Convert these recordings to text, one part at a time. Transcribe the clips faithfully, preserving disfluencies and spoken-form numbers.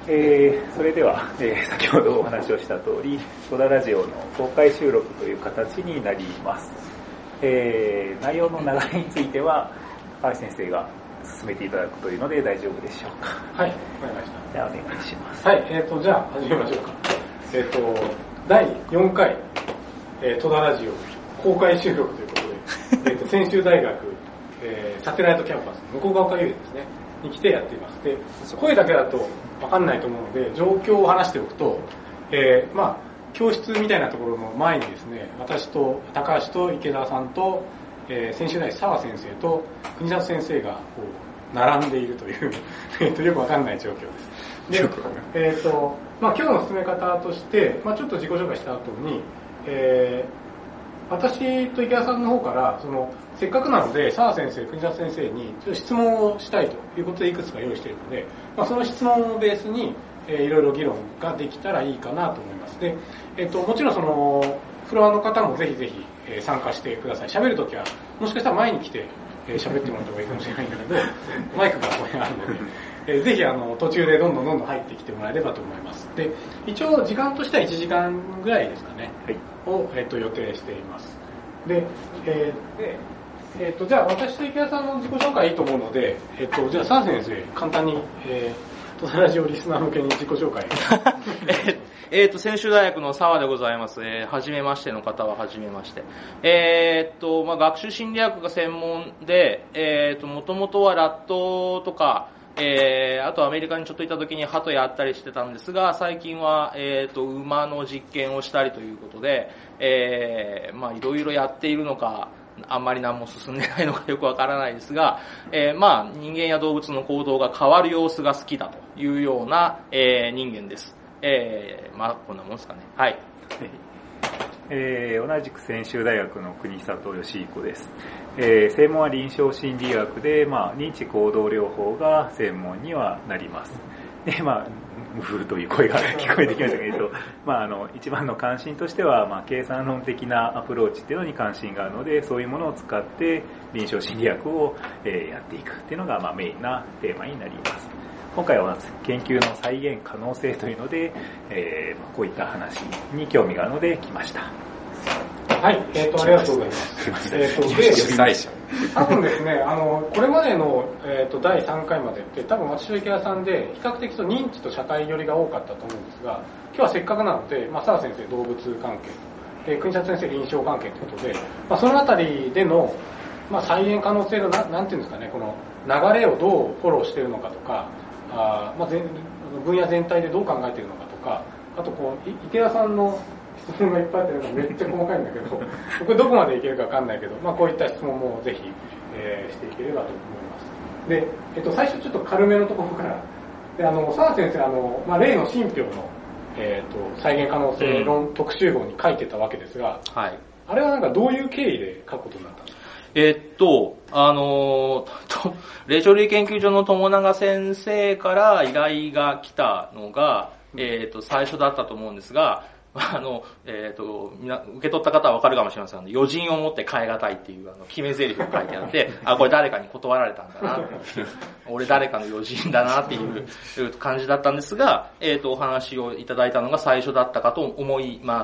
えー、それでは、えー、先ほどお話をした通り、戸田ラジオの公開収録という形になります。えー、内容の流れについては、高橋先生が進めていただくというので大丈夫でしょうか。 はい、わかりました。 じゃあお願いします。 はい、えっ、ー、と、じゃあ始めましょうか。えっ、ー、と、だいよんかい、えー、戸田ラジオ公開収録ということで、えっと、専修大学、えー、サテライトキャンパス、向ヶ丘遊園ですね、に来てやっています。で、声だけだとわかんないと思うので、状況を話しておくと、えー、まあ、教室みたいなところの前にですね、私と高橋と池田さんと、えー、専修大澤先生と国里先生がこう並んでいるというえっとよくわかんない状況です。で、えっ、ー、と、まあ、今日の進め方として、まあ、ちょっと自己紹介した後に、えー、私と池田さんの方から、そのせっかくなので澤先生、国里先生にちょっと質問をしたいということでいくつか用意しているので、まあ、その質問をベースに、えー、いろいろ議論ができたらいいかなと思います。で、えっ、ー、ともちろんそのフロアの方もぜひぜひ、えー、参加してください。喋るときはもしかしたら前に来てえー、喋ってもらった方がいいかもしれないんだけど、マイクがここにあるので、えー、ぜひあの途中でどんどんどんどん入ってきてもらえればと思います。で、一応時間としてはいちじかんぐらいですかね、はい、を、えー、と予定しています。で、えーでえー、とじゃあ私と池田さんの自己紹介いいと思うので、えー、とじゃあ澤先生簡単に、えー、戸田ラジオリスナー向けに自己紹介えっと、専修大学の澤でございます。えー、はじめましての方ははじめまして。えー、っと、まあ、学習心理学が専門で、えー、っと、もともとはラットとか、えー、あとアメリカにちょっといた時に鳩やったりしてたんですが、最近は、えー、っと、馬の実験をしたりということで、えー、まあ、いろいろやっているのか、あんまり何も進んでないのかよくわからないですが、えー、まあ、人間や動物の行動が変わる様子が好きだというような、えー、人間です。えー、まあこんなもんですかね。はい。 えー、同じく専修大学の国里義彦です。えー、専門は臨床心理学で、まあ認知行動療法が専門にはなります。で、まあムフという声が聞こえてきましたけど、まああの一番の関心としては、まあ計算論的なアプローチっていうのに関心があるので、そういうものを使って臨床心理学を、えー、やっていくっていうのがまあメインなテーマになります。今回は研究の再現可能性というので、えー、こういった話に興味があるので来ました。 はい、えっ、ー、とありがとうございます。えっ、ー、とで最初多分ですね、あのこれまでのえっ、ー、とだいさんかいまでって多分私と池田さんで比較的と認知と社会寄りが多かったと思うんですが、今日はせっかくなので、まあ澤先生動物関係、で国里先生臨床関係ということで、まあそのあたりでのまあ再現可能性のななんていうんですかね、この流れをどうフォローしているのかとか。あまあ、全分野全体でどう考えているのかとか、あとこう池田さんの質問がいっぱいあってるのがめっちゃ細かいんだけどこれどこまでいけるか分かんないけど、まあ、こういった質問もぜひ、えー、していければと思います。で、えっと、最初ちょっと軽めのところからで、あの澤先生あの、まあ、例の信憑の、えー、と再現可能性論、うん、特集号に書いてたわけですが、はい、あれはなんかどういう経緯で書くことになったんですか？ えー、っと、あのー、霊長類研究所の友永先生から依頼が来たのが、えー、っと、最初だったと思うんですが、あの、えー、っと、みな、受け取った方はわかるかもしれませんが、余人を持って変え難いっていう、あの、決め台詞が書いてあって、あ、これ誰かに断られたんだな、俺誰かの余人だなっていう感じだったんですが、えー、っと、お話をいただいたのが最初だったかと思います。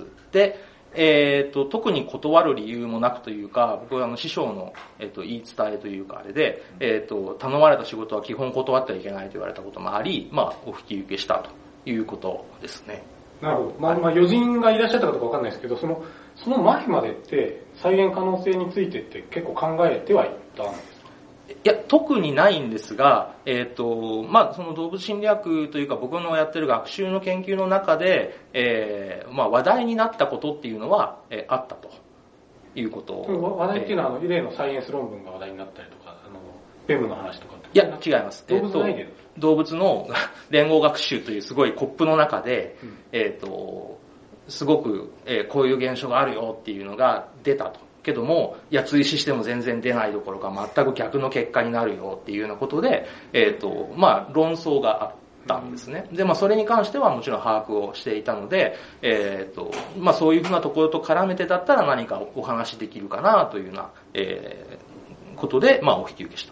で、えっと、特に断る理由もなくというか、僕はあの師匠の、えっと、言い伝えというかあれで、えっと、頼まれた仕事は基本断ってはいけないと言われたこともあり、まあ、お引き受けしたということですね。 なるほど。まあ、まあ、余人がいらっしゃったかどうかわかんないですけど、その、その前までって、再現可能性についてって結構考えてはいたんですか？ いや、特にないんですが、えっと、まあ、その動物心理学というか僕のやってる学習の研究の中で、えー、まあ、話題になったことっていうのは、えー、あったということを。 話題っていうのは、あの、例のサイエンス論文が話題になったりとか、あの、ベムの話とかって。 いや、違います。 動物ないで、えー、 動物の連合学習というすごいコップの中で、うん、えっと、すごく、えー、こういう現象があるよっていうのが出たと。けども、いや、追試しても全然出ないどころか全く逆の結果になるよっていうようなことで、えっと、まあ、論争があったんですね。で、まあ、それに関してはもちろん把握をしていたので、えっと、まあ、そういうふうなところと絡めてだったら何かお話できるかなというような、えー、ことで、まあ、お引き受けしたと。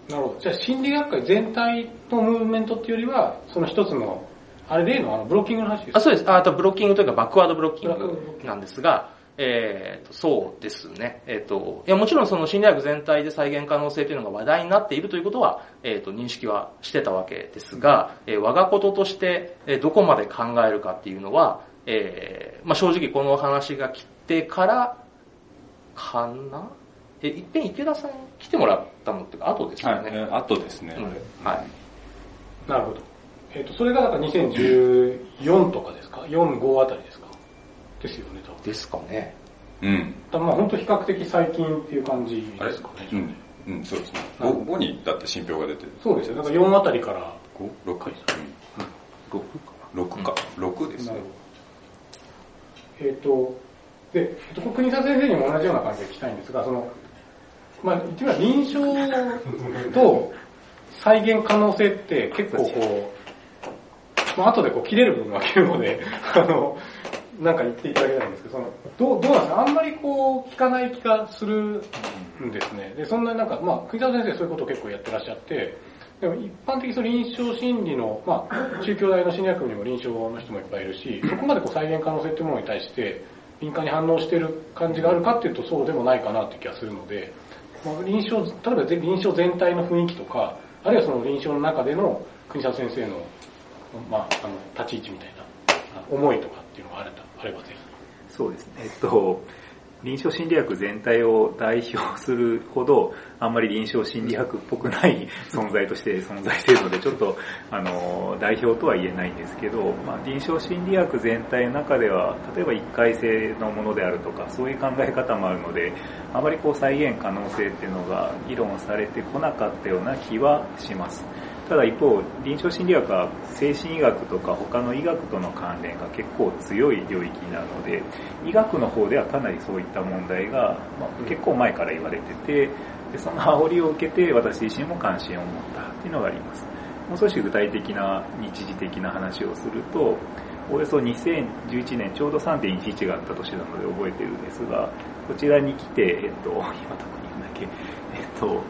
なるほど。じゃあ心理学会全体のムーブメントっていうよりは、その一つの、あれ例のあのブロッキングの話ですか？ あ、そうです。あとブロッキングというかバックワードブロッキングなんですが、えーと、そうですね。えっ、ー、と、いや、もちろんその心理学全体で再現可能性というのが話題になっているということは、えっ、ー、と、認識はしてたわけですが、えー、我がこととして、えー、どこまで考えるかっていうのは、えー、まあ、正直この話が来てからかな。え、いっぺん池田さん来てもらったのっていうか後ですよね。 はい、後ですね。 うん、はい。 なるほど。えっ、ー、と、それがだからにせんじゅうよんとかですか ?よん、ごあたりですかですよね、多分。 ですかね。 うん。 まあ本当比較的最近っていう感じですかね。 うん、うん、そうですね。ご, ごにだって信憑が出てる。 そうですよ。だからよんあたりから。 ご、ろく、うん、ろくか。ろくか。ろくですね。 えっ、ー、と、で、国沢先生にも同じような感じで聞きたいんですが、その、まあ、言ってみれば臨床と再現可能性って結構こう、まあ後でこう切れる部分が切るので、あの、なんか言っていただきたいんですけど、その、どう、どうなんですか？あんまりこう、聞かない気がするんですね。で、そんななんか、まあ、国沢先生そういうことを結構やってらっしゃって、でも一般的にその臨床心理の、まあ、中京大の心理学部にも臨床の人もいっぱいいるし、そこまでこう再現可能性っていうものに対して敏感に反応している感じがあるかっていうとそうでもないかなっていう気がするので、まあ、臨床、例えば臨床全体の雰囲気とか、あるいはその臨床の中での国沢先生の、まあ、あの、立ち位置みたいな思いとかっていうのがあれば、あればぜひ。 そうですね。えっと、臨床心理学全体を代表するほど、あんまり臨床心理学っぽくない存在として存在しているので、ちょっと、あの、代表とは言えないんですけど、まあ、臨床心理学全体の中では、例えば一回性のものであるとか、そういう考え方もあるので、あまりこう再現可能性っていうのが議論されてこなかったような気はします。ただ一方、臨床心理学は精神医学とか他の医学との関連が結構強い領域なので、医学の方ではかなりそういった問題が、まあ、結構前から言われてて、でその煽りを受けて私自身も関心を持ったっていうのがあります。もう少し具体的な日時的な話をすると、およそにせんじゅういちねんちょうど さんてんいちいち があった年なので覚えてるんですが、こちらに来て、えっと、今特に言うんだっけ、えっと、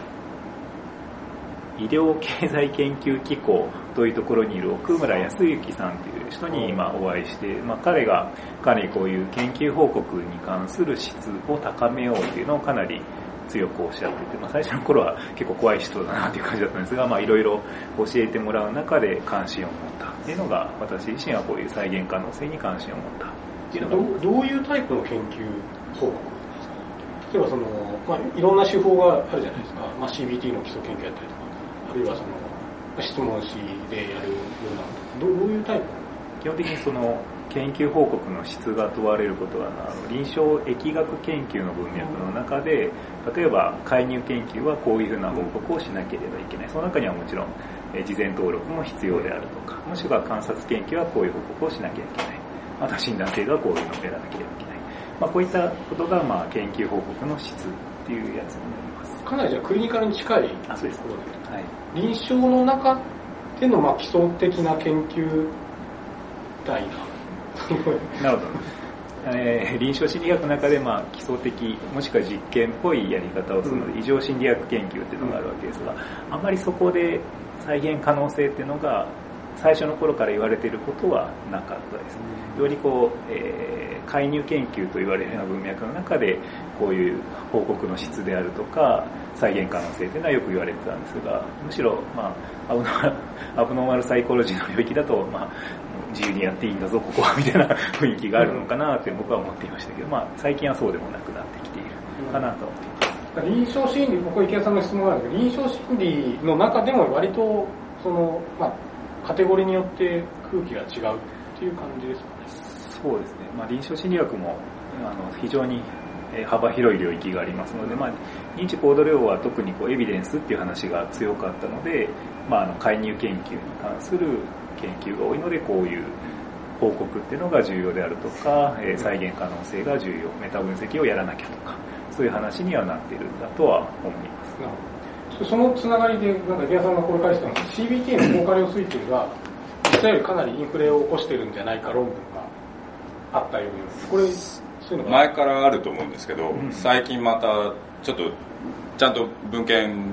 医療経済研究機構というところにいる奥村康之さんという人に今お会いして、まあ、彼がかなりこういう研究報告に関する質を高めようというのをかなり強くおっしゃってて、まあ、最初の頃は結構怖い人だなという感じだったんですが、まあ、いろいろ教えてもらう中で関心を持ったっていうのが、私自身はこういう再現可能性に関心を持ったっていうのが。 ど, どういうタイプの研究報告ですか？例えばその、まあ、いろんな手法があるじゃないですか。まあ、シービーティー の基礎研究やったりとか、あるいはその質問紙でやるような、どういうタイプ？ 基本的にその研究報告の質が問われることは、あの臨床疫学研究の文脈の中で、例えば介入研究はこういうふうな報告をしなければいけない。その中にはもちろん事前登録も必要であるとか、もしくは観察研究はこういう報告をしなきゃいけない。また診断制度はこういうのをやらなければいけない。まあ、こういったことがまあ研究報告の質っていうやつになります。 かなりじゃあクリニカルに近い。 あ、そうです。はい。 臨床の中でのまあ基礎的な研究題な。 なるほど。えー、臨床心理学の中でまあ基礎的もしくは実験っぽいやり方をするので、うん、異常心理学研究っていうのがあるわけですが、あんまりそこで再現可能性っていうのが最初の頃から言われていることはなかったです。よりこう、えー、介入研究と言われるような文脈の中でこういう報告の質であるとか再現可能性というのはよく言われてたんですが、むしろ、まあ、アブノーマル、アブノーマルサイコロジーの領域だと、まあ、自由にやっていいんだぞここはみたいな雰囲気があるのかなって僕は思っていましたけど、まあ、最近はそうでもなくなってきているかなと思っています。 臨床心理、ここ池谷さんの質問があるんですけど、臨床心理の中でも割とその、まあ、カテゴリーによって空気が違うっていう感じですかね。 そうですね。まあ、臨床心理学もあの非常に幅広い領域がありますので、まあ、認知行動療法は特にこうエビデンスっていう話が強かったので、まあ、あの介入研究に関する研究が多いのでこういう報告っていうのが重要であるとか、えー、再現可能性が重要、メタ分析をやらなきゃとか、そういう話にはなっているんだとは思います。 なるほど。そのつながりで、なんか池谷さんがこれ返したのは シービーティー の効果量推定が実際よりかなりインフレを起こしてるんじゃないか論文があったように、これそういうのが前からあると思うんですけど、うん、最近またちょっとちゃんと文献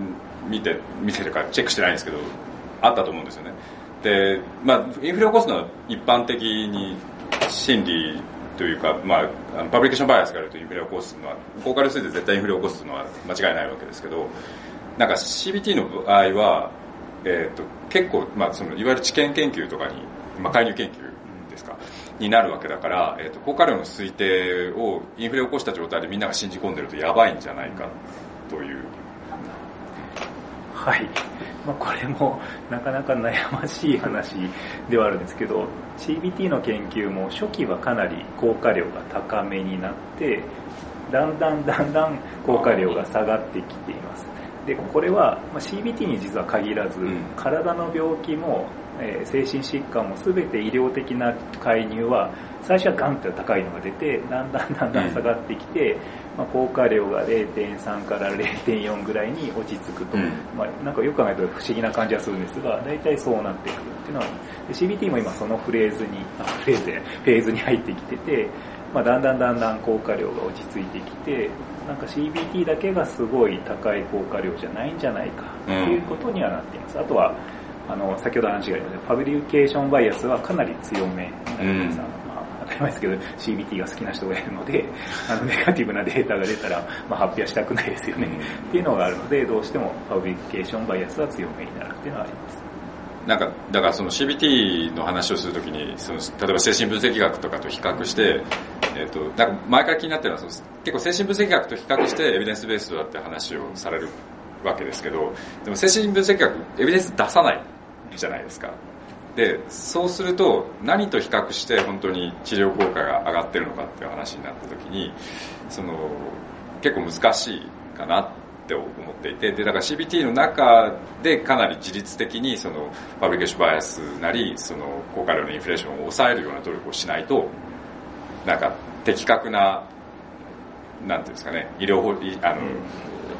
見て見てるかチェックしてないんですけどあったと思うんですよね。で、まあ、インフレを起こすのは一般的に心理というか、まあ、あのパブリケーションバイアスがあるとインフレを起こすのは高過量推定で絶対インフレを起こすのは間違いないわけですけど、なんか シービーティー の場合は、えー、と結構、まあ、そのいわゆる知見研究とかに、まあ、介入研究ですかになるわけだから、えー、と高過量の推定をインフレを起こした状態でみんなが信じ込んでるとやばいんじゃないかという。 はい、まあ、これもなかなか悩ましい話ではあるんですけど、 シービーティー の研究も初期はかなり高過量が高めになって、だんだんだんだん高過量が下がってきています。でこれは シービーティー に実は限らず、うん、体の病気も、えー、精神疾患も全て医療的な介入は最初はガンと高いのが出て、だんだんだんだん下がってきて、うんまあ、高過量が れいてんさん から れいてんよん ぐらいに落ち着くと、うんまあ、なんかよく考えると不思議な感じはするんですが、大体そうなってくるっていうのは、で シービーティー も今そのフレーズにあフレーズでフェーズに入ってきてて、まあ、だんだんだんだん高過量が落ち着いてきて、なんか シービーティー だけがすごい高い高過量じゃないんじゃないかということにはなっています。あとはあの先ほど話がありましたパブリケーションバイアスはかなり強めになります。うんまあ、当たり前ですけど シービーティー が好きな人がいるので、あのネガティブなデータが出たら、まあ、発表したくないですよね、うん、っていうのがあるので、どうしてもパブリケーションバイアスは強めになるっていうのはあります。 なんかだからその シービーティー の話をするときにその例えば精神分析学とかと比較して、えー、となんか前から気になってるのはその結構精神分析学と比較してエビデンスベースだって話をされるわけですけど、でも精神分析学エビデンス出さないじゃないですか。でそうすると何と比較して本当に治療効果が上がってるのかっていう話になったときに、その結構難しいかなって思っていて、でだから シービーティー の中でかなり自律的にそのパブリケーションバイアスなりその高過量のインフレーションを抑えるような努力をしないと、なんか的確ななんていうんですかね、医療法あの、うん、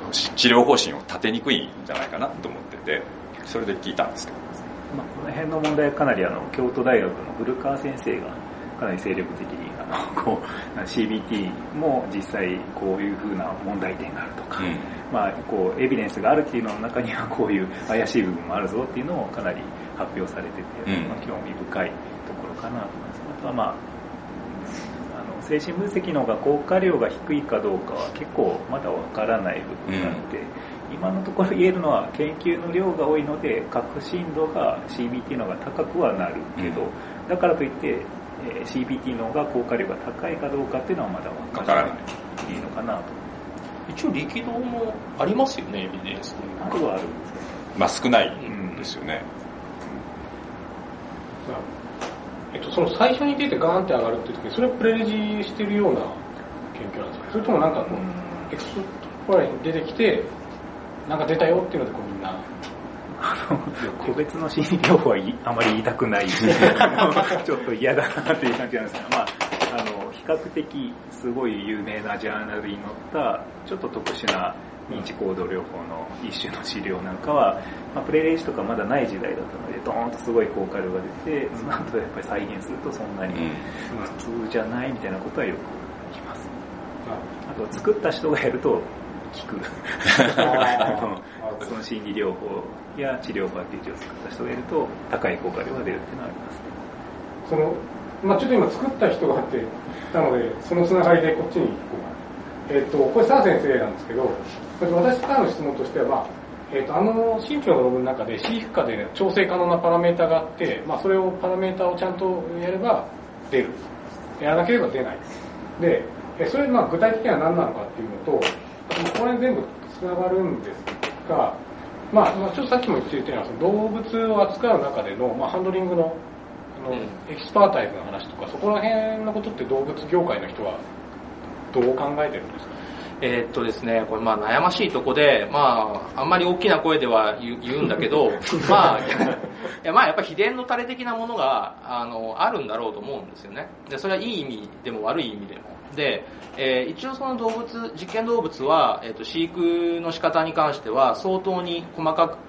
治療方針を立てにくいんじゃないかなと思ってて、それで聞いたんですけど、 まあ、この辺の問題はかなりあの京都大学の古川先生がかなり精力的にあのこう シービーティー も実際こういう風な問題点があるとか、うんまあ、こうエビデンスがあるっていうのの中にはこういう怪しい部分もあるぞっていうのをかなり発表されてて、うんまあ、興味深いところかなと思います。あとはまああの精神分析の方が効果量が低いかどうかは結構まだわからない部分があって、うん今のところ言えるのは研究の量が多いので確信度が シービーティー の方が高くはなるけど、うん、だからといって、えー、シービーティー の方が効果量が高いかどうかっていうのはまだ分からないいいのかなと。 一応力道もありますよね、エビデンスあるはあるんですけど、 まあ少ないんですよね、 うんえっと、その最初に出てガーンって上がるっていう時にそれをプレレジしてるような研究なんですか、それともなんかこうエクスポーラーに出てきてなんか出たよっていうのでこうみんなあの個別の心理療法はあまり言いたくないしちょっと嫌だなっていう感じなんですが、まあ、あの比較的すごい有名なジャーナルに載ったちょっと特殊な認知行動療法の一種の資料なんかは、まあ、プレレージとかまだない時代だったのでドーンとすごい効果量が出て、なんとやっぱり再現するとそんなに普通じゃないみたいなことはよく聞きます。あと作った人がやると効くその心理療法や治療パッケージを作った人がいると高い効果量が出るっていうのはありますね。 その、まあ、ちょっと今作った人があってなのでそのつながりでこっちにこう、えー、とこれ澤先生なんですけど、私からの質問としては、まあえー、とあの新疆の論文の中で シー 負荷で、ね、調整可能なパラメータがあって、まあ、それをパラメータをちゃんとやれば出る、やらなければ出ないで、それまあ具体的には何なのかっていうのと、これ全部つながるんですが、まあ、まあちょっとさっきも言っていたような動物を扱う中での、まあ、ハンドリングの、あの、うん、エキスパータイズの話とかそこら辺のことって動物業界の人はどう考えてるんですか？ えー、っとですね、これまあ悩ましいとこで、まああんまり大きな声では言う、言うんだけど、まあいやまあやっぱ秘伝のタレ的なものがあのあるんだろうと思うんですよね。でそれはいい意味でも悪い意味でも。で、えー、一応その動物実験動物は、えー、と飼育の仕方に関しては相当に細かい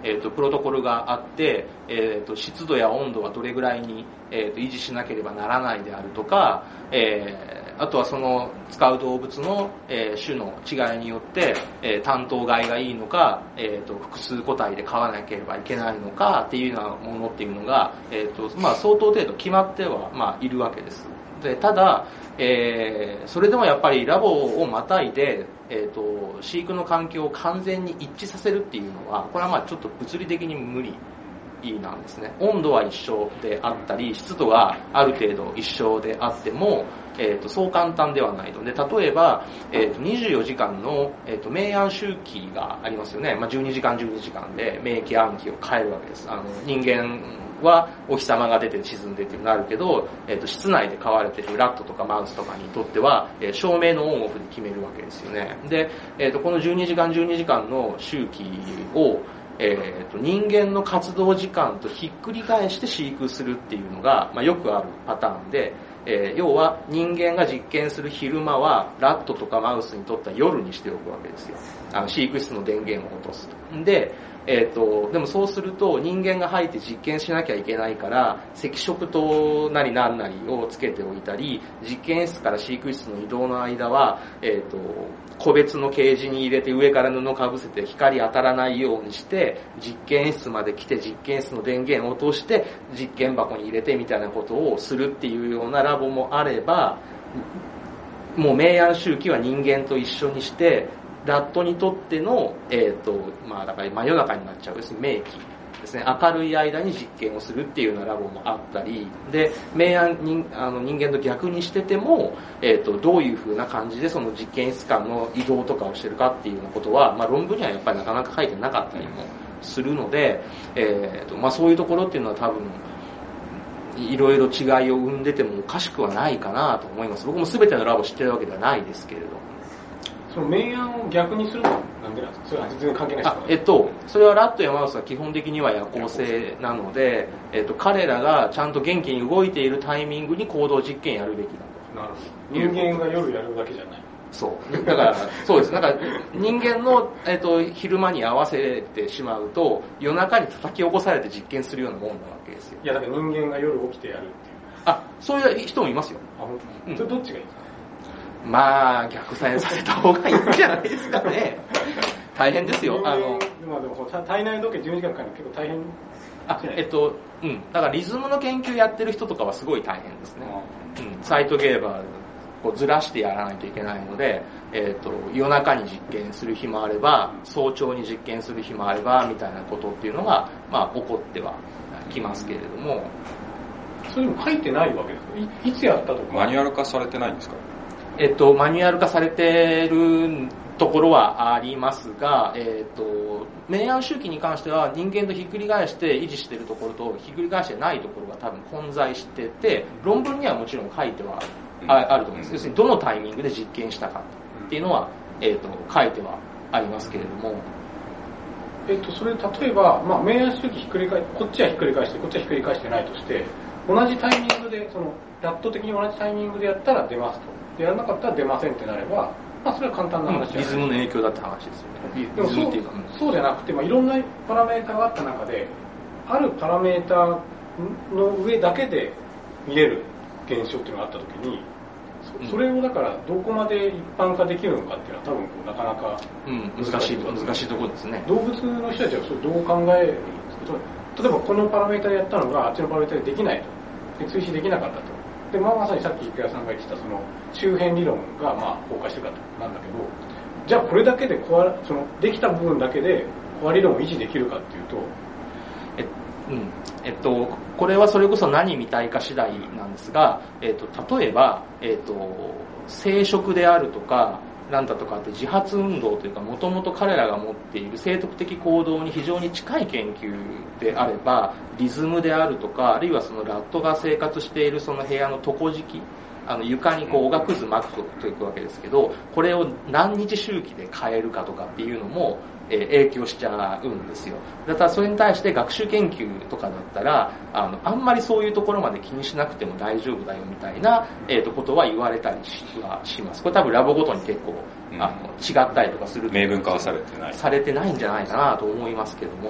えっと、プロトコルがあって、えっと、湿度や温度はどれぐらいに、えっと、維持しなければならないであるとか、えーあとはその使う動物の、えー、種の違いによって、えー、担当飼いがいいのか、えーと、複数個体で飼わなければいけないのかっていうようなものっていうのが、えーとまあ、相当程度決まっては、まあ、いるわけです。でただ、えー、それでもやっぱりラボをまたいで、えーと、飼育の環境を完全に一致させるっていうのは、これはまあちょっと物理的に無理なんですね。温度は一緒であったり、湿度はある程度一緒であっても、えー、とそう簡単ではないので、例えば、えー、とにじゅうよじかんの、えー、と明暗周期がありますよね。まあ、じゅうにじかんじゅうにじかんで明期暗期を変えるわけです。あの人間はお日様が出て沈んでっていうのがあるけど、えー、と室内で飼われているラットとかマウスとかにとっては、えー、照明のオンオフで決めるわけですよね。で、えー、とこのじゅうにじかんじゅうにじかんの周期をえー、と人間の活動時間とひっくり返して飼育するっていうのが、まあ、よくあるパターンで、えー、要は人間が実験する昼間はラットとかマウスにとっては夜にしておくわけですよ。あの飼育室の電源を落とすと。で、えー、とでもそうすると人間が入って実験しなきゃいけないから、赤色灯なりなんなりをつけておいたり、実験室から飼育室の移動の間は、えー、と個別のケージに入れて上から布かぶせて光当たらないようにして実験室まで来て実験室の電源を落として実験箱に入れてみたいなことをするっていうようなラボもあれば、もう明暗周期は人間と一緒にしてラットにとっての、えーとまあ、だから真夜中になっちゃうですね、明期ですね、明るい間に実験をするっていうようなラボもあったりで、明暗人あの人間と逆にしてても、えーとどういう風な感じでその実験室間の移動とかをしてるかっていうようなことは、まあ、論文にはやっぱりなかなか書いてなかったりもするので、えーとまあ、そういうところっていうのは多分いろいろ違いを生んでてもおかしくはないかなと思います。僕も全てのラボ知ってるわけではないですけれど、 その明暗を逆にするのはなんでなんですか？それは全然関係ないですか？ あ、えっと、それはラットやマウスは基本的には夜行性なので、えっと、彼らがちゃんと元気に動いているタイミングに行動実験やるべきだと。 なるほど。人間が夜やるわけじゃない。 そう。だから、そうです。なんか、人間の、えっと、昼間に合わせてしまうと、夜中に叩き起こされて実験するようなもんなわけですよ。 いや、だから人間が夜起きてやるっていう。 あ、そういう人もいますよ。 あ、本当に。それどっちがいいですか？ まあ、逆算された方がいいんじゃないですかね。大変ですよ。あの、 まあでも体内時計じゅうにじかんかかるの結構大変。 あ、えっと、うん。だからリズムの研究やってる人とかはすごい大変ですね。うん。サイトゲーバーこうずらしてやらないといけないので、えっと、夜中に実験する日もあれば、早朝に実験する日もあれば、みたいなことっていうのが、まあ、起こってはきますけれども。 それも書いてないわけですか？ い, いつやったとか。 マニュアル化されてないんですか？ えっと、マニュアル化されてるところはありますが、えっと、明暗周期に関しては人間とひっくり返して維持しているところとひっくり返してないところが多分混在してて、論文にはもちろん書いてはあると思うんです。要するにどのタイミングで実験したかっていうのは、えっと、書いてはありますけれども。 えっと、それ例えば、まあ、明暗周期ひっくり返こっちはひっくり返して、こっちはひっくり返してないとして、同じタイミングで、その、ラット的に同じタイミングでやったら出ますと。で、やらなかったら出ませんってなれば、まあ、それは簡単な話じゃない、うん、 リズムの影響だって話ですよね。 でもそう、そうじゃなくて、まあ、いろんなパラメータがあった中で、あるパラメータの上だけで見れる現象っていうのがあったときに、それをだからどこまで一般化できるのかっていうのは多分なかなか難しいところ、難しいところですね。 動物の人たちはそれどう考えるんですけど、例えばこのパラメータでやったのがあっちのパラメータでできないと。で、追試できなかったと。で、まあ、まさにさっき池谷さんが言ってたその周辺理論がまあ崩壊してるかとなんだけど、じゃあこれだけでコアそのできた部分だけでコア理論を維持できるかっていうと、 えうんえっと、これはそれこそ何見たいか次第なんですが、えっと、例えば、えっと、生殖であるとかなんだとかって自発運動というか、もともと彼らが持っている生徳的行動に非常に近い研究であれば、リズムであるとか、あるいはそのラットが生活しているその部屋の床敷、あの床にこうおがくず巻くといくわけですけど、これを何日周期で変えるかとかっていうのも、えー、影響しちゃうんですよ。だからそれに対して学習研究とかだったら、あの、あんまりそういうところまで気にしなくても大丈夫だよみたいな、えーと、ことは言われたりはします。これ多分ラボごとに結構、あの、違ったりとかする。 明文化はされてない。 されてないんじゃないかなと思いますけども。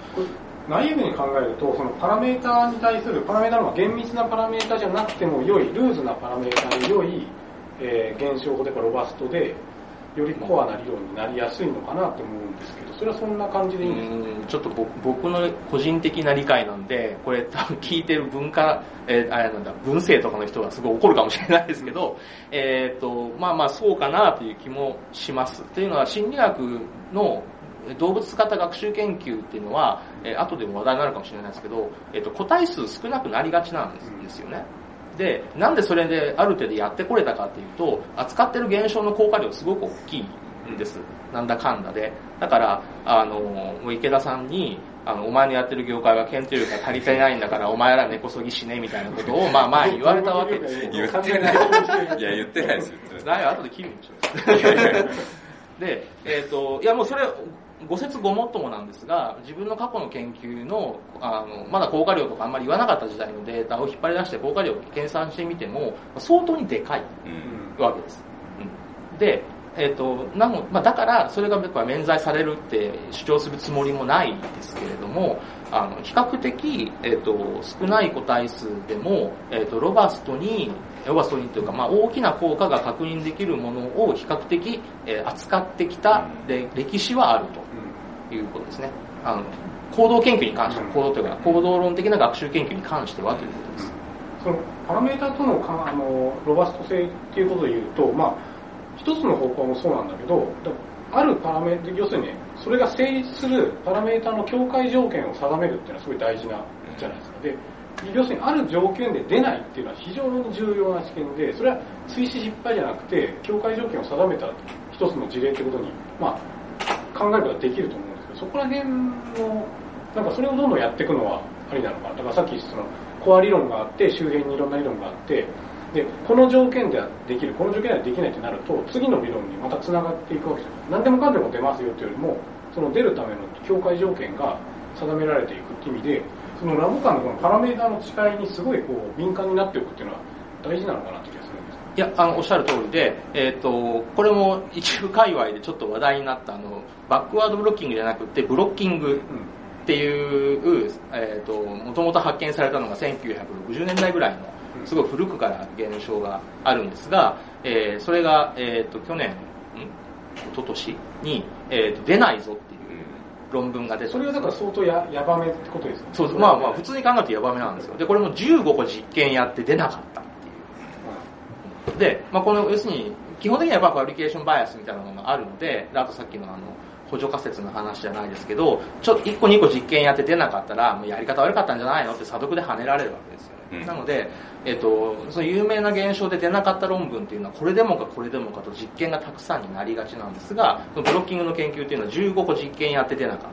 ナイーブに考えると、そのパラメータに対する、パラメータの方が厳密なパラメータじゃなくても良い、ルーズなパラメータに良い、えー、現象法でかロバストで、よりコアな理論になりやすいのかなと思うんですけど、それはそんな感じでいいんですか？ うんちょっと僕の個人的な理解なんで、これ多分聞いてる文化、えー、あれなんだ、文政とかの人がすごい怒るかもしれないですけど、えっと、まあまあそうかなという気もします。というのは心理学の動物型学習研究っていうのは、えー、後でも話題になるかもしれないですけど、えっと、個体数少なくなりがちなんです、ですよね。で、なんでそれである程度やってこれたかっていうと、扱ってる現象の効果量すごく大きいんです。なんだかんだで。だから、あの、もう池田さんに、あの、お前のやってる業界は検定力が足りてないんだから、お前ら根こそぎしねみたいなことを、まあ前言われたわけですよ。 言ってない。いや、言ってないですよ。 だい後で切るんでしょ。で、えっと、いやもうそれ、ご説ごもっともなんですが、自分の過去の研究の、あの、まだ効果量とかあんまり言わなかった時代のデータを引っ張り出して効果量を計算してみても、相当にでかいわけです。うん、で、えっと、なの、まあ、だから、それがやっぱ免罪されるって主張するつもりもないですけれども、あの、比較的、えっと、少ない個体数でも、えっと、ロバストに、ロバストにというか、まあ、大きな効果が確認できるものを比較的、えー、扱ってきたで歴史はあるということですね。あの、行動研究に関しては、行動というか、行動論的な学習研究に関してはということです。 その、パラメータとの、あの、ロバスト性っていうことで言うと、まあ、一つの方向もそうなんだけど、あるパラメータ、要するにね、それが成立するパラメータの境界条件を定めるっていうのはすごい大事なじゃないですか。で、要するにある条件で出ないっていうのは非常に重要な知見で、それは追試失敗じゃなくて、境界条件を定めた一つの事例ってことに、まあ、考えることができると思うんですけど、そこら辺の、なんかそれをどんどんやっていくのはありなのかな。だからさっきその、コア理論があって、周辺にいろんな理論があって、で、この条件ではできる、この条件ではできないってなると、次の理論にまた繋がっていくわけじゃない。何でもかんでも出ますよっていうよりも、その出るための境界条件が定められていくっていう意味で、そのラボ間のこのパラメータの違いにすごいこう敏感になっておくっていうのは大事なのかなって気がするんですか？ いや、あの、おっしゃる通りで、えっと、これも一部界隈でちょっと話題になった、あの、バックワードブロッキングじゃなくて、ブロッキングっていう、えっと、もともと発見されたのがせんきゅうひゃくろくじゅうねんだいぐらいの、すごい古くから現象があるんですが、えー、それが、えっと、去年、ん一昨年に、えっと、出ないぞっていう論文が出て、 それはだから相当や、やばめってことですか？ そう、まあまあ、普通に考えるとやばめなんですよ。で、これもじゅうごこ実験やって出なかったっていう。で、まあこの、要するに、基本的にはやっぱファブリケーションバイアスみたいなものがあるので、あとさっきのあの、補助仮説の話じゃないですけど、ちょっといっこにこ実験やって出なかったら、もうやり方悪かったんじゃないのって査読で跳ねられるわけですよね。うん、なので、えっと、その有名な現象で出なかった論文っていうのは、これでもかこれでもかと実験がたくさんになりがちなんですが、そのブロッキングの研究っていうのはじゅうごこ実験やって出なかった。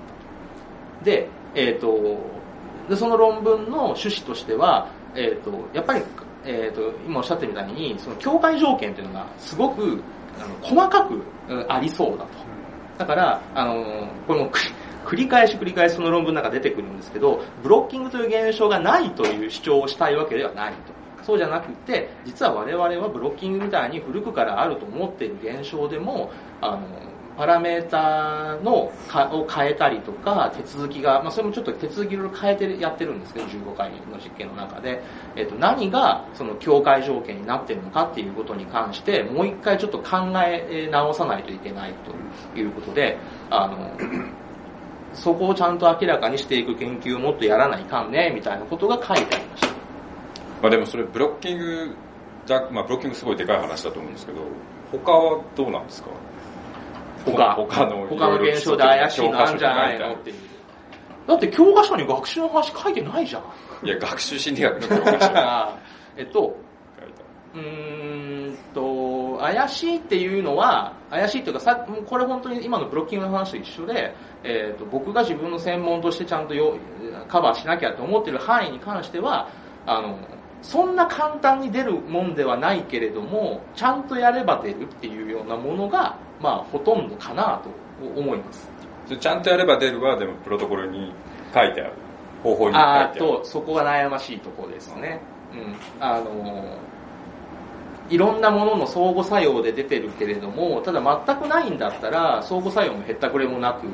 で、えっと、でその論文の趣旨としては、えっと、やっぱり、えっと、今おっしゃってみたいに、その境界条件っていうのがすごくあの細かくありそうだと。だから、あの、これも繰り返し繰り返しその論文の中出てくるんですけど、ブロッキングという現象がないという主張をしたいわけではないと。そうじゃなくて、実は我々はブロッキングみたいに古くからあると思っている現象でも、あの、パラメータのかを変えたりとか、手続きが、まあそれもちょっと手続きいろいろ変えてやってるんですけど、じゅうごかいの実験の中で、えっと、何がその境界条件になっているのかっていうことに関して、もう一回ちょっと考え直さないといけないということで、あの、そこをちゃんと明らかにしていく研究をもっとやらないかんね、みたいなことが書いてありました。 まあでもそれブロッキングだ、まあブロッキングすごいでかい話だと思うんですけど、他はどうなんですか？ 他、 他の他の現象で怪しいのあるんじゃないのっていう。だって教科書に学習の話書いてないじゃん。 いや、学習心理学の教科書。 えっと、うーんと、怪しいっていうのは、怪しいっていうか、さ、これ本当に今のブロッキングの話と一緒で、えっと、僕が自分の専門としてちゃんとよカバーしなきゃと思ってる範囲に関しては、あの、そんな簡単に出るもんではないけれども、ちゃんとやれば出るっていうようなものが、まあ、ほとんどかなと思います。 ちゃんとやれば出るは、でもプロトコルに書いてある。方法に書いてある。 あと、そこが悩ましいところですね。うん。あの、いろんなものの相互作用で出てるけれども、ただ全くないんだったら、相互作用もへったくれもなく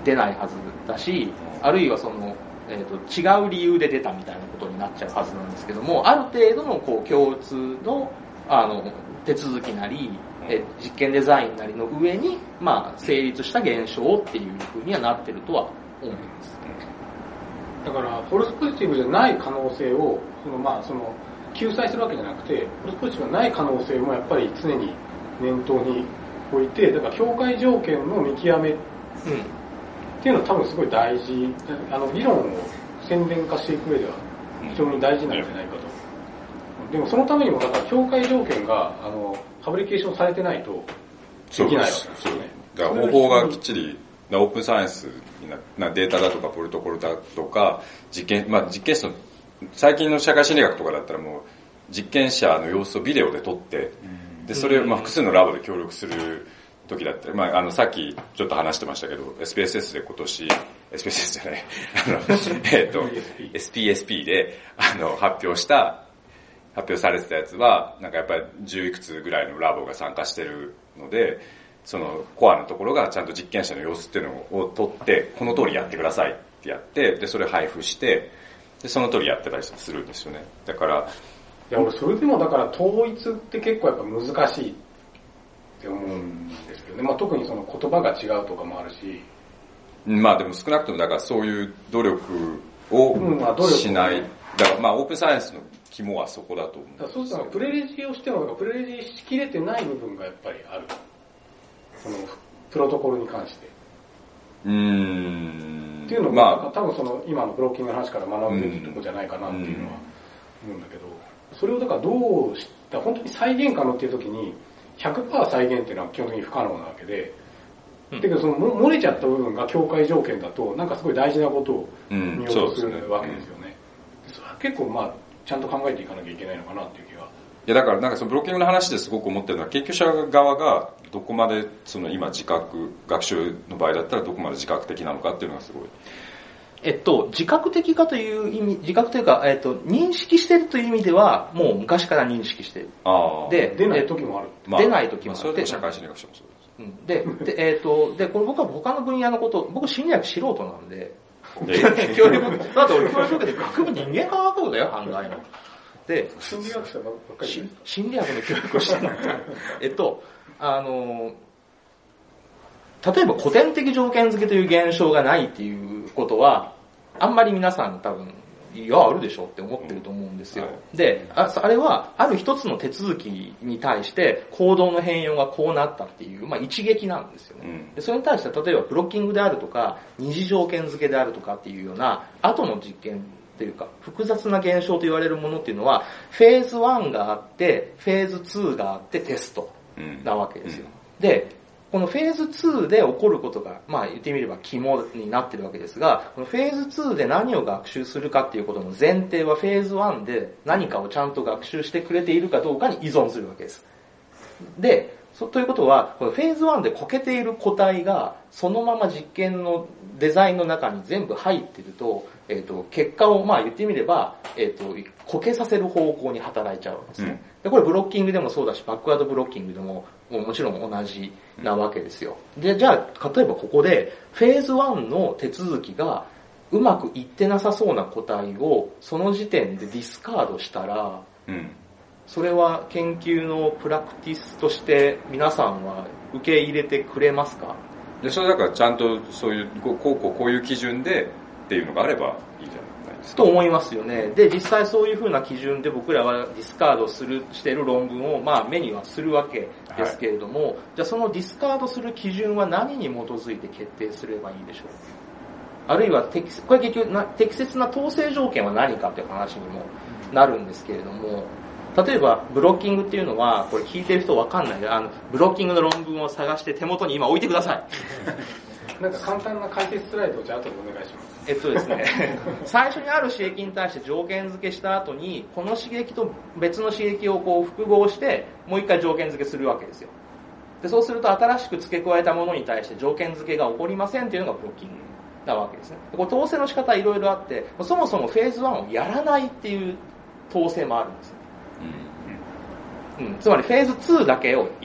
出ないはずだし、あるいはその、えーと、違う理由で出たみたいなことになっちゃうはずなんですけども、ある程度のこう共通の、あの、手続きなり、え実験デザインなりの上に、まあ、成立した現象っていう風にはなってるとは思います。 だから、フォルスポジティブじゃない可能性を、そのまあ、その、救済するわけじゃなくて、フォルスポジティブがない可能性もやっぱり常に念頭に置いて、だから境界条件の見極めっていうのは多分すごい大事、あの、理論を宣伝化していく上では非常に大事なんじゃないかと。でもそのためにも、だから境界条件が、あの、ファブリケーションされてないとできないわけですよね。 だから方法がきっちり、オープンサイエンスなデータだとかプロトコルだとか実験、まあ実験室の最近の社会心理学とかだったらもう実験者の様子をビデオで撮って、でそれをまあ複数のラボで協力する時だったり、まああのさっきちょっと話してましたけど エスピーエスエス で今年 エスピーエスエス じゃないあのえっと エスピーエスピー であの発表した発表されてたやつはなんかやっぱりじゅういくつぐらいのラボが参加してるので、そのコアのところがちゃんと実験者の様子っていうのを取ってこの通りやってくださいってやって、でそれを配布してでその通りやってたりするんですよね。だからいや俺それでもだから統一って結構やっぱ難しいって思うんですけどね、まあ、特にその言葉が違うとかもあるし、 まあでも少なくともだからそういう努力をしない、うんまあ、だからまあオープンサイエンスの肝はそこだと思う。 だそうするとプレレジをしてもプレレジしきれてない部分がやっぱりある。そのプロトコルに関して。 うーん。 っていうのが、まあ、多分その今のブロッキングの話から学ぶべきとこじゃないかなっていうのは思うんだけど、それをだからどうした本当に再現可能っていう時に ひゃくパーセント 再現っていうのは基本的に不可能なわけで、だけどその漏れちゃった部分が境界条件だとなんかすごい大事なことを見ようとするわけですよね。それは結構まあちゃんと考えていかなきゃいけないのかなっていう気が。 いやだからなんかそのブロッキングの話ですごく思ってるのは研究者側がどこまでその今自覚学習の場合だったらどこまで自覚的なのかっていうのがすごい。 えっと自覚的かという意味自覚というかえっと認識しているという意味ではもう昔から認識している。 ああ。で出ない時もある。 まあ、出ない時もある。 それと社会心理学者もそうです。うん、ででえっとでこれ僕は他の分野のこと僕心理学素人なんで。教育だって俺教育受けて学部人間科学部だよ犯罪の。で心理学者ばっかりですか？ 心理学の教育をしてないえっとあの例えば古典的条件付けという現象がないっていうことはあんまり皆さん多分いやあるでしょって思ってると思うんですよ、うん、で あ, あれはある一つの手続きに対して行動の変容がこうなったっていう、まあ、一撃なんですよね、うん、でそれに対して例えばブロッキングであるとか二次条件付けであるとかっていうような後の実験というか複雑な現象と言われるものっていうのはフェーズワンがあってフェーズツーがあってテストなわけですよ、うん、でこのフェーズツーで起こることがまあ言ってみれば肝になってるわけですがこのフェーズツーで何を学習するかっていうことの前提はフェーズワンで何かをちゃんと学習してくれているかどうかに依存するわけですでそということはこのフェーズワンでこけている個体がそのまま実験のデザインの中に全部入っていると、えーと、結果をまあ言ってみれば、えーと、こけさせる方向に働いちゃうわけですね、うん、でこれブロッキングでもそうだしバックワードブロッキングでももちろん同じなわけですよでじゃあ例えばここでフェーズワンの手続きがうまくいってなさそうな個体をその時点でディスカードしたら、うんそれは研究のプラクティスとして皆さんは受け入れてくれますか？ でそれだからちゃんとそういうこうこうこういう基準でっていうのがあればいいじゃないですか。 と思いますよね。で実際そういう風な基準で僕らはディスカードするしている論文をまあ目にはするわけですけれども、はい、じゃあそのディスカードする基準は何に基づいて決定すればいいでしょう？あるいは適これ結局な適切な統制条件は何かという話にもなるんですけれども。例えばブロッキングっていうのはこれ聞いてる人わかんないであのブロッキングの論文を探して手元に今置いてくださいなんか簡単な解説スライドをじゃあ後でお願いしますえっとですね最初にある刺激に対して条件付けした後にこの刺激と別の刺激をこう複合してもう一回条件付けするわけですよでそうすると新しく付け加えたものに対して条件付けが起こりませんっていうのがブロッキングなわけですねこれ統制の仕方はいろいろあってそもそもフェーズワンをやらないっていう統制もあるんですようん、つまりフェーズツーだけをや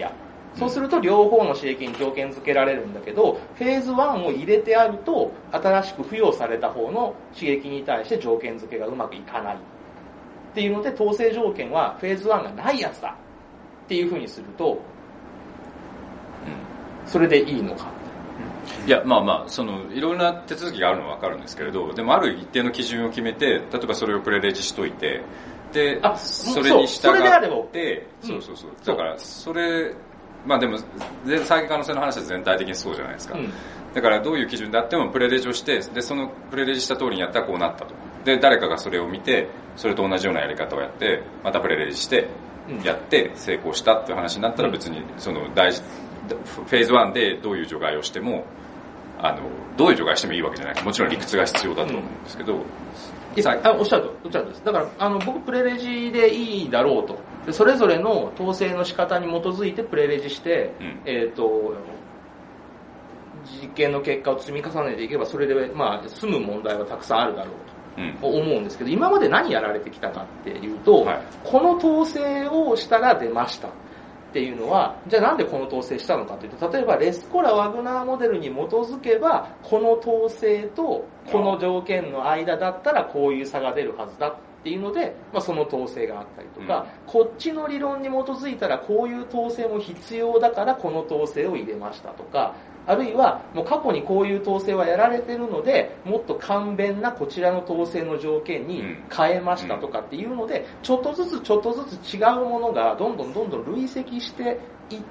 そうすると両方の刺激に条件付けられるんだけど、フェーズワンを入れてあると、新しく付与された方の刺激に対して条件付けがうまくいかない。っていうので、統制条件はフェーズワンがないやつだっていう風にすると、それでいいのか。 いや、まあまあ、その、いろんな手続きがあるのはわかるんですけれど、でもある一定の基準を決めて、例えばそれをプレレジしといて、で、 あそれに従それであればって、 うんそうそうそう。だから、それ、まあでも、再現可能性の話は全体的にそうじゃないですか。うん、だからどういう基準であってもプレレジをして、で、そのプレレジした通りにやったらこうなったと。で、誰かがそれを見て、それと同じようなやり方をやって、またプレレジして、やって成功したっていう話になったら別に、その大事、フェーズワンでどういう除外をしても、あの、どういう除外してもいいわけじゃない。もちろん理屈が必要だと思うんですけど、うんあおっしゃると、おっしゃるとです。だから、あの、僕、プレレジでいいだろうと。でそれぞれの統制の仕方に基づいてプレレジして、うん、えっ、ー、と、実験の結果を積み重ねていけば、それで、まあ、済む問題はたくさんあるだろうと思うんですけど、うん、今まで何やられてきたかっていうと、はい、この統制をしたら出ました。っていうのは、じゃあなんでこの統制したのかというと、例えばレスコラ・ワグナーモデルに基づけば、この統制とこの条件の間だったらこういう差が出るはずだっていうので、まあ、その統制があったりとか、うん、こっちの理論に基づいたらこういう統制も必要だからこの統制を入れましたとか、あるいはもう過去にこういう統制はやられてるので、もっと簡便なこちらの統制の条件に変えましたとかっていうので、ちょっとずつちょっとずつ違うものがどんどんどんどん累積していって、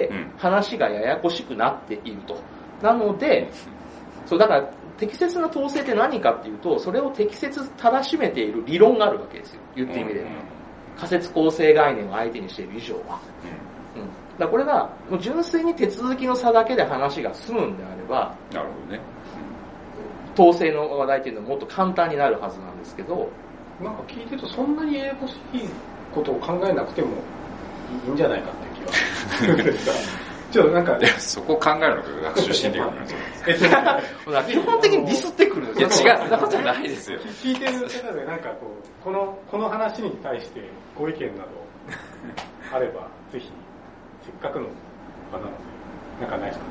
話がややこしくなっていると。なので、そうだから適切な統制って何かっていうと、それを適切正しめている理論があるわけですよ。言ってみれば。仮説構成概念を相手にしている以上は。うん、だからこれがもう純粋に手続きの差だけで話が済むんであれば、 なるほどね。 統制の話題っていうのはもっと簡単になるはずなんですけど、 なんか聞いてるとそんなにややこしいことを考えなくてもいいんじゃないかって気はするんですが、ちょっとなんかそこを考えるのが学習心理学なんですよ。 基本的にディスってくるんですよ。いや違う、そんなことないですよ。 聞いてる方でなんかこうこのこの話に対してご意見などあればぜひ。せっかくの場なので、なんかないですかね。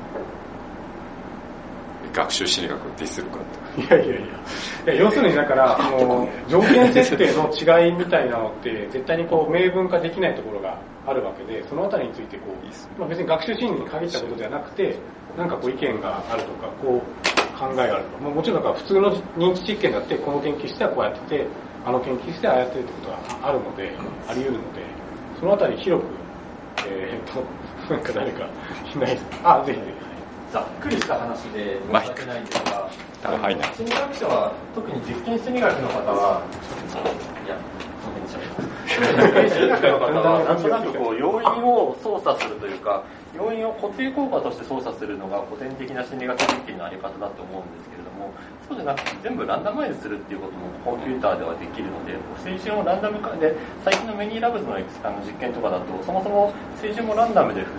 学習心理学をディスるかって。いやいやいや。いや要するにだから、あの、条件設定の違いみたいなのって、絶対にこう、明文化できないところがあるわけで、そのあたりについてこう、まあ、別に学習心理に限ったことではなくて、なんかこう意見があるとか、こう、考えがあるとか、もちろんだから普通の認知実験だって、この研究してはこうやってて、あの研究してはああやってるってことがあるので、あり得るので、そのあたり広く、えー、っと、なんか誰かいないですか。あ、ぜひぜひ。 ざっくりした話で申し訳ないんですが、 はい、 心理学者は、特に実験心理学の方は、いや、その辺にしゃべります。実験心理学の方は、なんとなくこう、要因を操作するというか、要因を固定効果として操作するのが古典的な心理学実験のあり方だと思うんですけれども、そうじゃなくて全部ランダマイズするっていうこともコンピューターではできるので、水準をランダム化で、最近のメニーラブズの実験とかだと、そもそも水準もランダムで振って、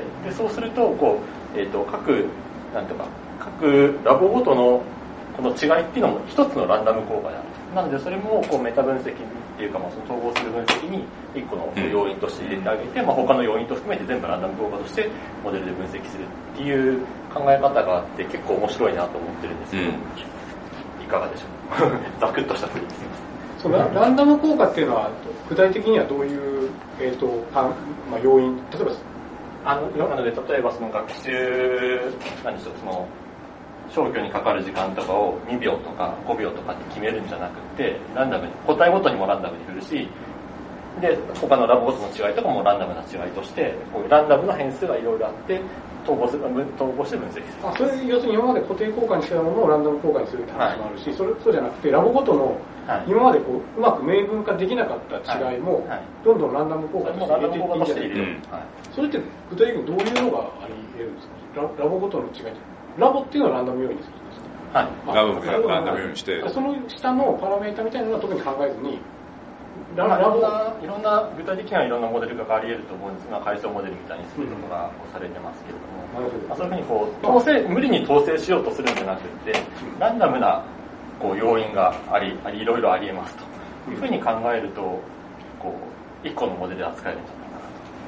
でそうすると、こう、えっと、各、なんていうか、各ラボごとのこの違いっていうのも一つのランダム効果である。なのでそれもこうメタ分析っていうか、まあ、その統合する分析に一個の要因として入れてあげて、まあ、他の要因と含めて全部ランダム効果としてモデルで分析するっていう考え方があって結構面白いなと思ってるんですけど、うん、いかがでしょうざくっとしたふうにすみません。そのランダム効果っていうのは具体的にはどういう、えーとまあ、要因、例えばあのなので例えばその学習何でしょうその消去にかかる時間とかをにびょうとかごびょうとかって決めるんじゃなくてランダムに個体ごとにもランダムに振るしで他のラボごとの違いとかもランダムな違いとしてこうランダムな変数がいろいろあって統合する統合して分析する。 あそれ要するに今まで固定効果にしてたものをランダム効果にするって話もあるし、はい、それそうじゃなくてラボごとの今までこううまく明文化できなかった違いもどんどんランダム効果として入れていっていいんじゃないですか。それって具体的にどういうのがあり得るんですか。 ラ, ラボごとの違いってラボっていうのはランダム要因にするんですか。 はい。ラボがランダム要因にして、 その下のパラメータみたいなのは特に考えずに、 ラボ、まあ、いろんないろんな具体的にはいろんなモデルがあり得ると思うんですが、階層モデルみたいにすることがされてますけれども、うんまあ、そういうふうにこう統制無理に統制しようとするんじゃなくて、ランダムなこう要因がありありいろいろあり得ますというふうに考えると、こう一個のモデルで扱えるんじゃないかなと。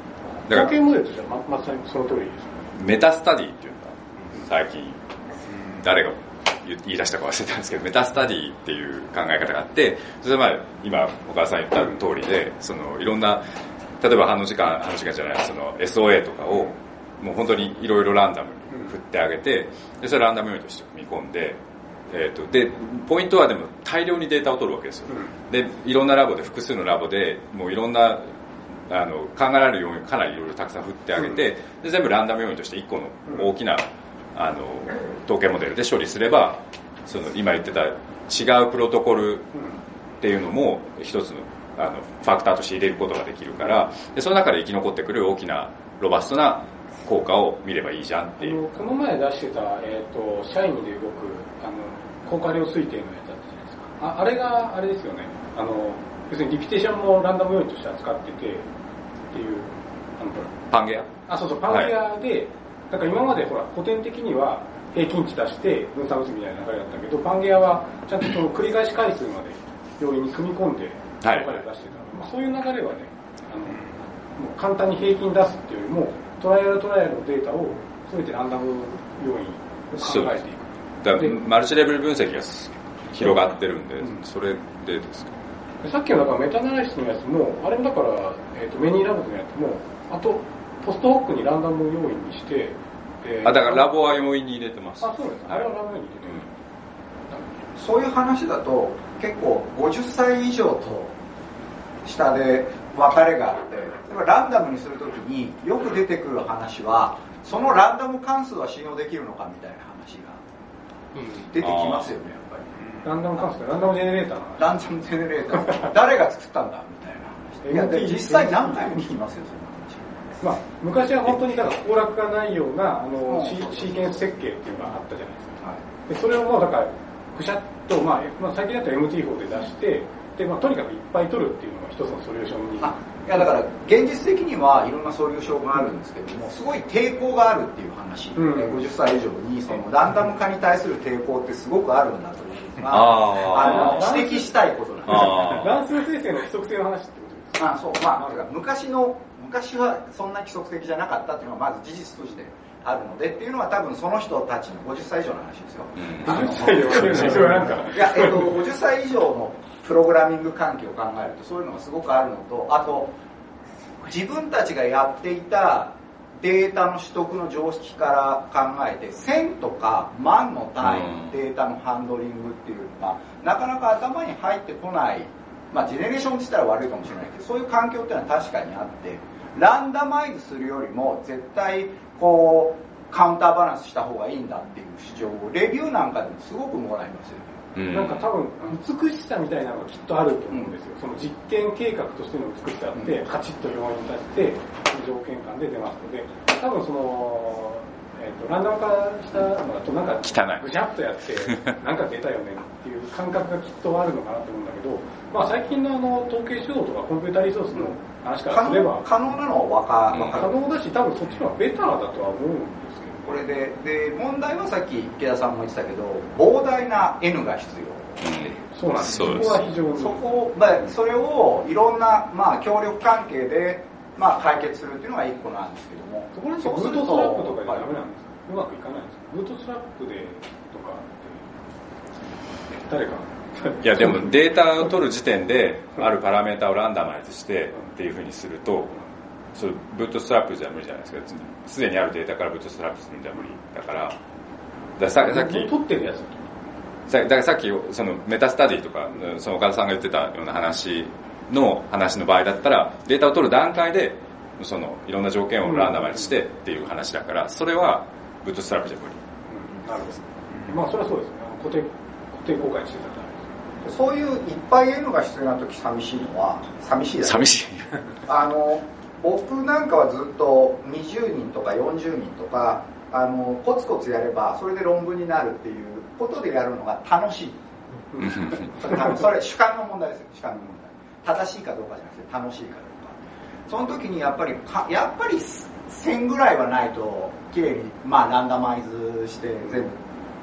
統計モデルとしてはままさにその通りです。 メタスタディっていうのが最近誰が言い出したか忘れたんですけど、メタスタディっていう考え方があって、それはまあ今岡田さん言った通りで、そのいろんな例えば反応時間反応時間じゃないその エスオーエー とかをもう本当にいろいろランダムに振ってあげて、でそれをランダム要因として組み込んで、えー、とでポイントはでも大量にデータを取るわけですよ。でいろんなラボで複数のラボでもういろんなあの考えられる要因をかなりいろいろたくさん振ってあげて、で全部ランダム要因としていっこの大きなあの統計モデルで処理すれば、その今言ってた違うプロトコルっていうのも一つのあのファクターとして入れることができるから、でその中で生き残ってくる大きなロバストな効果を見ればいいじゃんっていう。 この前出してた、えー、とシャイニーで動くあの効果量推定のやつだったじゃないですか。 あ, あれがあれですよね、あの要するにリピテーションもランダム要因として扱っててっていうあのパンゲアあそうそうパンゲアで、はい、だから今までほら古典的には平均値出して分散打つみたいな流れだったけど、パンゲアはちゃんとその繰り返し回数まで要因に組み込んで効果量出してた、まあ、そういう流れはね、あのもう簡単に平均出すっていうよりもトライアルトライアルのデータを全てランダム要因を考えていく。 だからマルチレベル分析が広がってるんで、うん、それでですか。 さっきのだからメタアナリシスのやつも、あれもだから、えー、とメニーラボのやつも、あとポストホックにランダム要因にして、 えー、あだからラボは要因に入れてます。 あ、そうです。あれはラボ要因に入れてる、 うん。そういう話だと結構ごじゅっさい以上と下で分かれがあって、例えばランダムにするときによく出てくる話は、そのランダム関数は信用できるのかみたいな話が出てきますよね、やっぱり。 ランダム関数ってランダムジェネレーターの話。 ランダムジェネレーター。誰が作ったんだみたいな話。いや、実際何回も聞きますよ、その話。まあ、昔は本当にただ崩落がないような、あの、シーケンス設計っていうのがあったじゃないですか。はい、でそれをもうだから、ぐしゃっと、まあ、まあ、最近だと エムティー 法で出して、で、まあ、とにかくいっぱい取るっていうのが一つのソリューションに。 あ、いやだから現実的にはいろんなソリューションがあるんですけども、すごい抵抗があるっていう話、うん、ごじゅっさい以上にそのランダム化に対する抵抗ってすごくあるんだというのが、あの指摘したいことなんですよ。 乱数生成の規則性の話ってことですか。 あ、そう、まあ昔の昔はそんな規則的じゃなかったっていうのはまず事実としてあるのでっていうのは、多分その人たちのごじゅっさい以上の話ですよ。 ごじゅっさいで分かる人はなんかいや、えっとごじゅっさい以上のプログラミング環境を考えるとそういうのがすごくあるのと、あと自分たちがやっていたデータの取得の常識から考えてせんとか万の単位のデータのハンドリングっていうのがなかなか頭に入ってこない、まあジェネレーションって言ったら悪いかもしれないけど、そういう環境っていうのは確かにあって、ランダマイズするよりも絶対こうカウンターバランスした方がいいんだっていう主張をレビューなんかでもすごくもらいますよね。 うん、なんか多分美しさみたいなのがきっとあると思うんですよ。その実験計画としての美しさって、うん、カチッと要因に対して条件感で出ますので、多分その、えー、とランダム化したのだとなんかぐしゃっとやってなんか出たよねっていう感覚がきっとあるのかなと思うんだけど、まあ、最近のあの統計手法とかコンピュータリソースの話からすれば可能なのは分かる、 可能だし、多分そっちの方がベターだとは思うんですけど、 これで、で、問題はさっき池田さんも言ってたけど、膨大な N が必要。 そうなんです。そこは非常に。 そこ、まあ、それをいろんな、まあ、協力関係で、まあ、解決するっていうのが一個なんですけども。 そこら辺ブートストラップとかでダメなんですか？うまくいかないんですか？ブートストラップで、とかって、誰か。 いや、でもデータを取る時点で、あるパラメータをランダマイズしてっていうふうにすると、それブートストラップじゃ無理じゃないですか。すでにあるデータからブートストラップするんじゃ無理だから。だからささっき取ってるやつだからさっきそのメタスタディとかその岡田さんが言ってたような話の話の場合だったら、データを取る段階でそのいろんな条件をランダマイズしてっていう話だから、それはブートストラップじゃ無理。 うん、なるほど。まあそれはそうですね。固定固定公開してたら。 そういういっぱい N が必要な時寂しいのは寂しいだね。 寂しい。 あの僕なんかはずっとにじゅうにんとかよんじゅうにんとかあのコツコツやればそれで論文になるっていうことでやるのが楽しい。それ主観の問題ですよ。主観の問題。正しいかどうかじゃなくて楽しいかどうか。その時にやっぱりやっぱりせんぐらいはないと綺麗にまあランダマイズして全部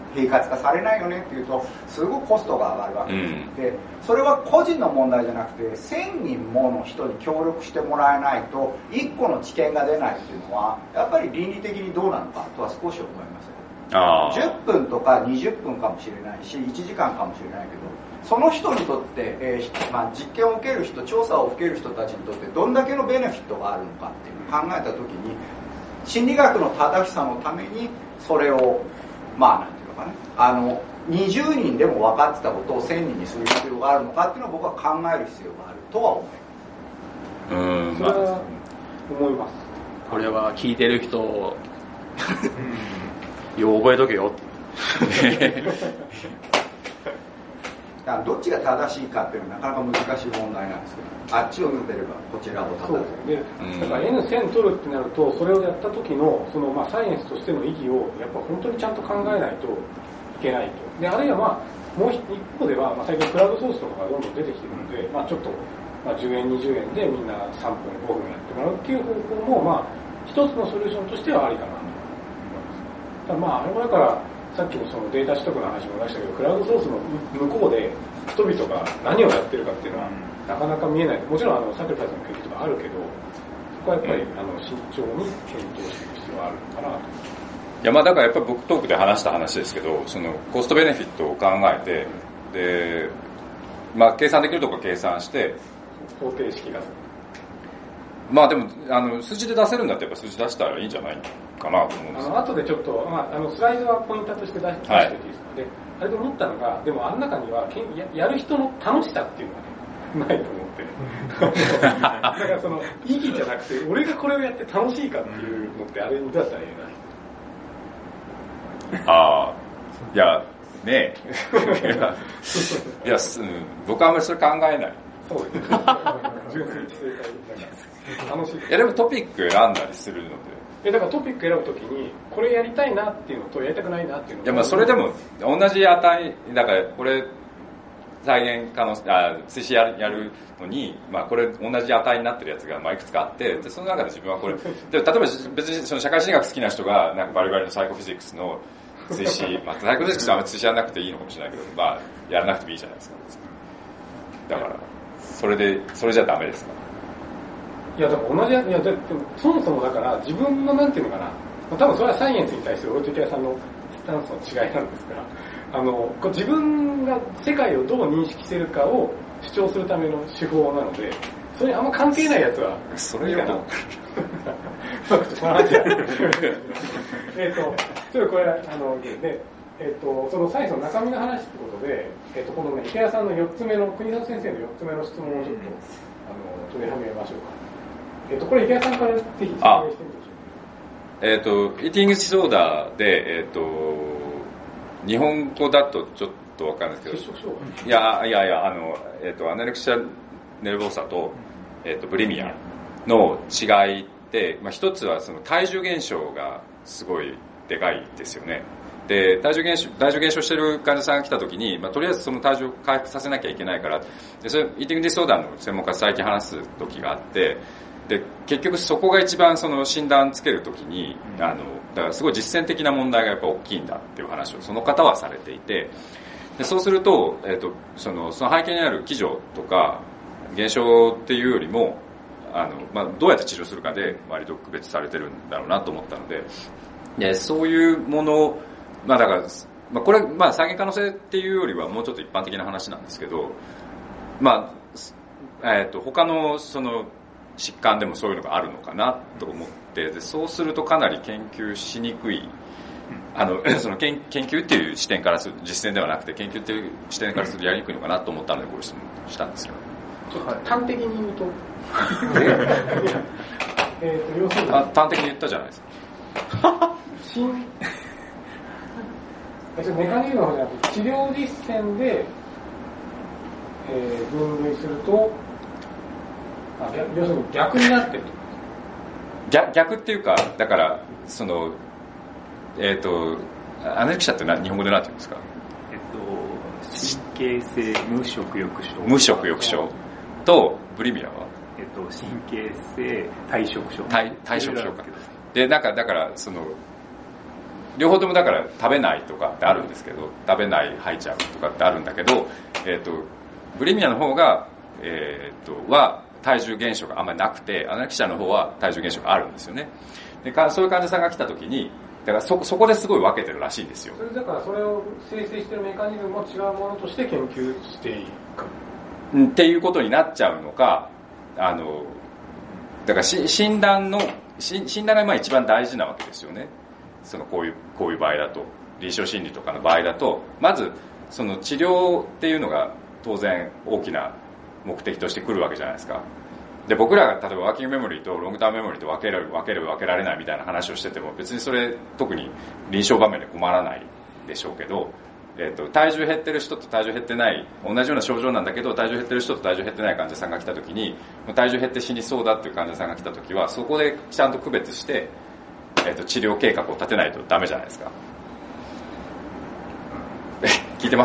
平滑化されないよねっていうとすごくコストが上がるわけです、 うん、 でそれは個人の問題じゃなくてせんにんもの人に協力してもらえないといっこの知見が出ないっていうのはやっぱり倫理的にどうなのかとは少し思います。 あじゅっぷんとかにじゅっぷんかもしれないしいちじかんかもしれないけどその人にとって、えーまあ、実験を受ける人調査を受ける人たちにとってどんだけのベネフィットがあるのかっていうのを考えた時に心理学の正しさのためにそれをまあなんていうのかねあのにじゅうにんでも分かってたことをせんにんにする必要があるのかっていうのを僕は考える必要があるとは思います。 うーん、 それは思います。 これは聞いてる人よう覚えとけよだからどっちが正しいかっていうのはなかなか難しい問題なんですけどあっちを見てればこちらをそう叩くですね。だから エヌせん 取るってなるとそれをやった時のそのまあサイエンスとしての意義をやっぱ本当にちゃんと考えないといけないと。であるいはまあもう一方では、まあ、最近クラウドソースとかがどんどん出てきてるので、まあ、ちょっと、まあ、じゅうえんにじゅうえんでみんなさんぷんごふんやってもらうっていう方向もまあ一つのソリューションとしてはありかなと思います。ただまああれもだからさっきのそのデータ取得の話も出したけどクラウドソースの向こうで人々が何をやってるかっていうのはなかなか見えない。もちろんあのサクリファイスの研究とかあるけどそこはやっぱりあの慎重に検討していく必要があるのかなと。 いやまあだからやっぱり僕トークで話した話ですけどそのコストベネフィットを考えてで、まあ、計算できるところ計算して方程式がまあでもあの数字で出せるんだってやっぱ数字出したらいいんじゃないかなと思うんですよ。 あの後でちょっと、まあ、あのスライドはポインターとして出しておいていいですか、はい、であれで思ったのがでもあの中にはけん や, やる人の楽しさっていうのが、ね、ないと思ってだからその意義じゃなくて俺がこれをやって楽しいかっていうのってあれにどうやったらいいのかああ、いや、ねえ。いや、うん、僕はあんまりそれ考えない。 そうですね。純粋に正解楽しい。 いや、でもトピック選んだりするので。 え、だからトピック選ぶときに、これやりたいなっていうのと、やりたくないなっていうのと。 いや、まあそれでも、同じ値、だから、これ、再現可能、あ、推進やる、やるのに、まあこれ同じ値になってるやつが、まあいくつかあって、で、その中で自分はこれ、で例えば別にその社会心理学好きな人が、なんかバリバリのサイコフィジックスの、追試、まあ、サイコフィジックスはあんまり追試やらなくていいのかもしれないけど、まあ、やらなくてもいいじゃないですか。だから、それで、それじゃダメですか。 いや、だから同じやつ、いや、だって、そもそもだから、自分のなんていうのかな、多分それはサイエンスに対する俺と池谷さんのスタンスの違いなんですから、あの、こう自分が世界をどう認識してるかを主張するための手法なので、それにあんま関係ないやつは、 それいいかな。 えっと、ちょっとこれ、あの、で、えっと、そのサイエンスの中身の話ってことで、えっと、このね、池谷さんのよっつめの、国里先生のよっつめの質問をちょっと、あの、取りはめましょうか。えっと、これ池谷さんからぜひ説明してみてほしい。 えっと、イーティングディソーダーで、えっと、日本語だとちょっとわかんないですけど、いや、いやいや、あの、えっと、アナレクシャネルボーサと、えっと、ブリミアの違いって、まあ、一つはその体重減少がすごいでかいですよね。で、体重減少、体重減少してる患者さんが来た時に、まあ、とりあえずその体重を回復させなきゃいけないから、で、それ、イーティングディソーダーの専門家と最近話す時があって、で、結局そこが一番その診断つける時に、あの、だからすごい実践的な問題がやっぱ大きいんだっていう話をその方はされていて、で、そうすると、えっと、その、その背景にある基準とか、現象っていうよりも、あの、まあ、どうやって治療するかで割と区別されてるんだろうなと思ったので、で、そういうもの、まあだから、まあこれ、まあ再現可能性っていうよりはもうちょっと一般的な話なんですけど、まあ、えっと、他のその疾患でもそういうのがあるのかなと思って、で、そうするとかなり研究しにくい、あの、その研研究っていう視点からする、実践ではなくて研究っていう視点からするとやりにくいのかなと思ったのでこう質問したんですよ。 ちょっと端的に言うと、えっと、要するに。 あ、端的に言ったじゃないですか。 新メカニズムの方じゃなくて治療実践で、えー、分類するとあ要するに逆になってると逆, 逆っていうかだからそのえっ、ー、とアナレクシャって日本語で何て言うんですか。 えっと神経性無食欲症無食欲症とブリミアはえっと神経性退食症退退食症かでなんかだからその両方ともだから食べないとかってあるんですけど、食べない吐いちゃうとかってあるんだけど、えっとブリミアの方が、えー、っとは体重減少があんまりなくて、アナキシアの方は体重減少があるんですよね。でそういう患者さんが来た時に、だから そ, そこですごい分けてるらしいんですよ。 それだからそれを生成してるメカニズムも違うものとして研究していくっていうことになっちゃうのか、あのだからし診断の診断がまあ一番大事なわけですよね。そのこういうこういう場合だと、臨床心理とかの場合だと、まずその治療っていうのが当然大きな目的としてくるわけじゃないですか。で僕らが例えばワーキングメモリーとロングタームメモリーと分ける分ける分けられないみたいな話をしてても、別にそれ特に臨床場面で困らないでしょうけど、えー、と体重減ってる人と体重減ってない、同じような症状なんだけど体重減ってる人と体重減ってない患者さんが来た時に、体重減って死にそうだっていう患者さんが来た時は、そこでちゃんと区別して、えー、と治療計画を立てないとダメじゃないですか。聞いてます？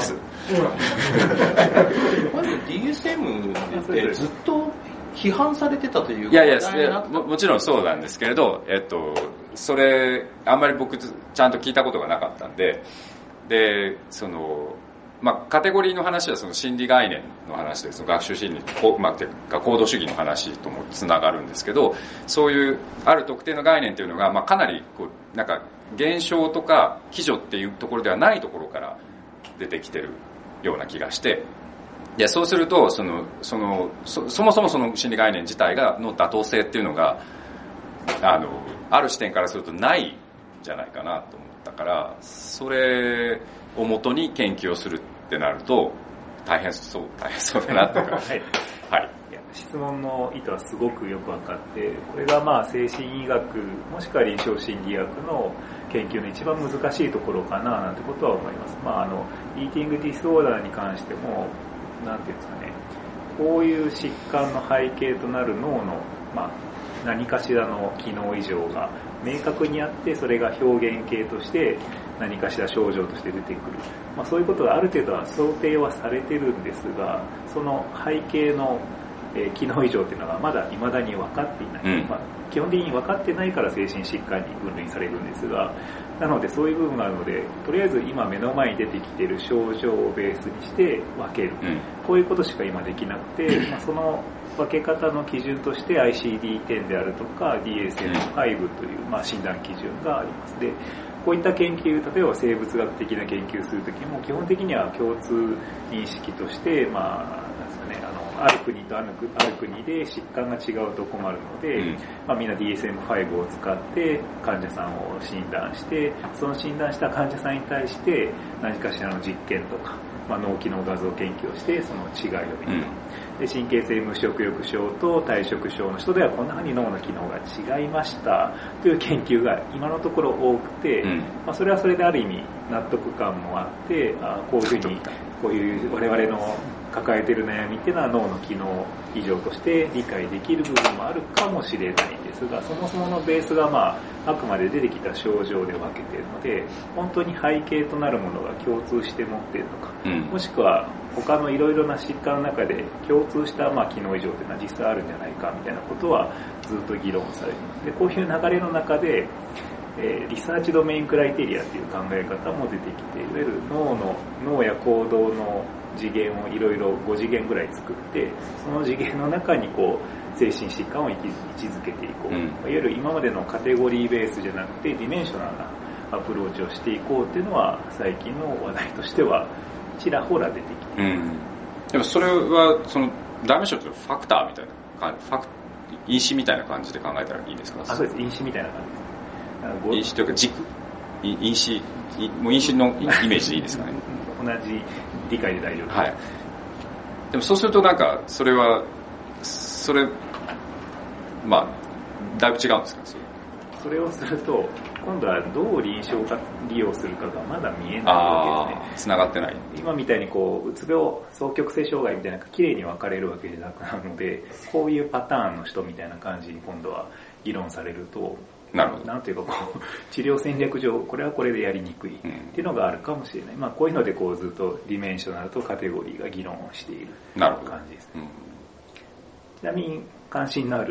これ ディーエスエム でずっと批判されてたというか、 いやいや も, もちろんそうなんですけれど、えっとそれあんまり僕ちゃんと聞いたことがなかったんで、でそのまあカテゴリーの話はその心理概念の話で、その学習心理、まあ、てか行動主義の話ともつながるんですけど、そういうある特定の概念というのが、まあ、かなりこうなんか現象とか基準っていうところではないところから出てきてるような気がして、でそうするとそのその そ, そもそもその心理概念自体がの妥当性っていうのがあのある視点からするとないんじゃないかなと思ったから、それをもとに研究をするってなると大変そう大変そうだなとか、はい、はい、 いや質問の意図はすごくよく分かって、これがまあ精神医学もしくは臨床心理学の研究の一番難しいところかななんてことは思います。まああのイーティングディスオーダーに関してもなんていうんですかね、こういう疾患の背景となる脳の、まあ、何かしらの機能異常が明確にあって、それが表現形として何かしら症状として出てくる、まあ、そういうことがある程度は想定はされてるんですが、その背景の、えー、機能異常っていうのがまだ未だに分かっていない、うん、まあ、基本的に分かってないから精神疾患に分類されるんですが、なのでそういう部分があるので、とりあえず今目の前に出てきている症状をベースにして分ける、うん、こういうことしか今できなくて、まあ、その分け方の基準として アイシーディーテン であるとか ディーエスエムファイブ という、まあ、診断基準があります。でこういった研究、例えば生物学的な研究するときも基本的には共通認識として、まあなんですかね、あのある国とある国で疾患が違うと困るので、うん、まあ、みんな ディーエスエムファイブ を使って患者さんを診断して、その診断した患者さんに対して何かしらの実験とか、まあ、脳機能画像研究をしてその違いを見る、うん、で神経性無食欲症と退食症の人ではこんな風に脳の機能が違いましたという研究が今のところ多くて、うん、まあ、それはそれである意味納得感もあって、あこういう風にこういう我々の抱えている悩みっていうのは脳の機能異常として理解できる部分もあるかもしれないんですが、そもそものベースが、まあ、あくまで出てきた症状で分けているので、本当に背景となるものが共通して持っているのか、うん、もしくは他のいろいろな疾患の中で共通した、まあ、機能異常というのは実際あるんじゃないかみたいなことはずっと議論されています。でこういう流れの中でえー、リサーチドメインクライテリアという考え方も出てきて、いわゆる脳の脳や行動の次元をいろいろご次元ぐらい作って、その次元の中にこう精神疾患を位置づけていこう、うん、いわゆる今までのカテゴリーベースじゃなくてディメンショナルなアプローチをしていこうっていうのは最近の話題としてはちらほら出てきています、うん、 でもそれはそのダメージというファクターみたいな感じ、ファク因子みたいな感じで考えたらいいですか？ あ、そうです、因子みたいな感じです。 因子というか軸、因子、もう因子のイメージでいいですかね。 同じ理解で大丈夫です。 はい。でもそうするとなんかそれはそれまあだいぶ違うんですか？それ、 それをすると今度はどう臨床化利用するかがまだ見えないわけですね。 繋がってない。 今みたいにこううつ病、双極性障害みたいな綺麗に分かれるわけじゃなくなるので、こういうパターンの人みたいな感じに今度は議論されると。 なるほど。 なんていうかこう治療戦略上これはこれでやりにくいっていうのがあるかもしれない、うん、まあこういうのでこうずっとディメンショナルとカテゴリーが議論をしている感じです、うん、ちなみに関心のある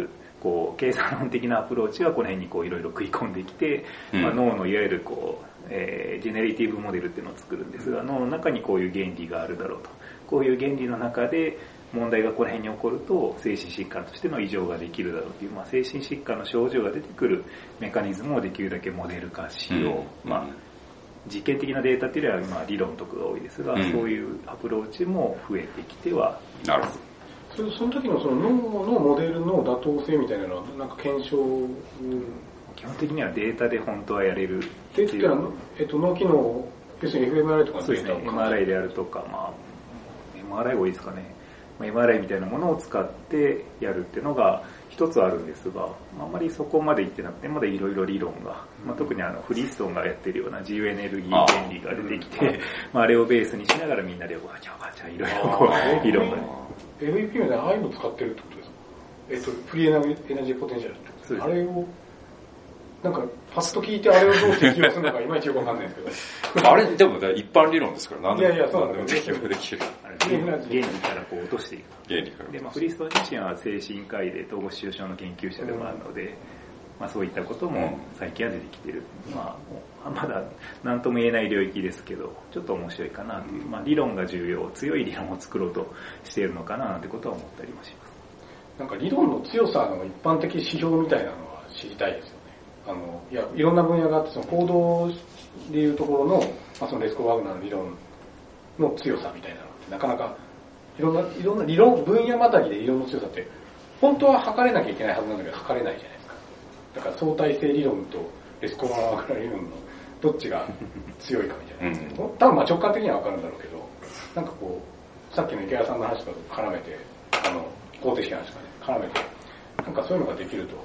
こう計算論的なアプローチはこの辺にこういろいろ食い込んできて、うんまあ、脳のいわゆるこう、えー、ジェネレティブモデルっていうのを作るんですが、脳の中にこういう原理があるだろうと。こういう原理の中で問題がこの辺に起こると精神疾患としての異常ができるだろうという、まあ、精神疾患の症状が出てくるメカニズムをできるだけモデル化しよう、うんまあ、実験的なデータというよりはまあ理論とかが多いですが、うん、そういうアプローチも増えてきてはいます。 そ, その時のその脳のモデルの妥当性みたいなのはなんか検証、うん、 基本的にはデータで本当はやれるっていう。で、えっと、脳機能、要するに エフエムアールアイ とかのデータを、そうですね、エムアールアイ であるとか、まあ、エムアールアイ 多いですかね。エムアールアイ みたいなものを使ってやるっていうのが一つあるんですが、あんまりそこまでいってなくて、まだいろいろ理論が、まあ、特にあのフリーストンがやってるような自由エネルギー原理が出てきて、あ, まあ、あれをベースにしながらみんなでわちゃわちゃいろいろこう理論が。 エムイーピー みたいなああいうの使ってるってことですか？えっと、フリーエナジーポテンシャルってことですか？あれを、なんか、パッと聞いてあれをどう適用するのかいまいちよくわかんないですけど。 あれ、でも一般理論ですから、何でも。いやいや、そうなんでも適用できる。 原理からこう落としていく。 原理から。 で、まあ、フリーストン自身は精神科医で統合失調症の研究者でもあるので、うん、まあ、そういったことも最近は出てきてる。まあ、まだ何とも言えない領域ですけど、ちょっと面白いかなという、まあ、理論が重要、強い理論を作ろうとしているのかななんてことは思ったりもします。 なんか理論の強さの一般的指標みたいなのは知りたいですよね。あの、いや、いろんな分野があって、その行動でいうところの、まあ、そのレスコ・ワグナーの理論の強さみたいなのって、なかなか、いろんな、いろんな理論、分野またぎで理論の強さって、本当は測れなきゃいけないはずなんだけど、測れないじゃないですか。だから相対性理論とレスコ・ワグナー理論のどっちが強いかみたいな、うん。多分まあ直感的にはわかるんだろうけど、なんかこう、さっきの池谷さんの話と絡めて、あの、方程式の話とかね、絡めて、なんかそういうのができると、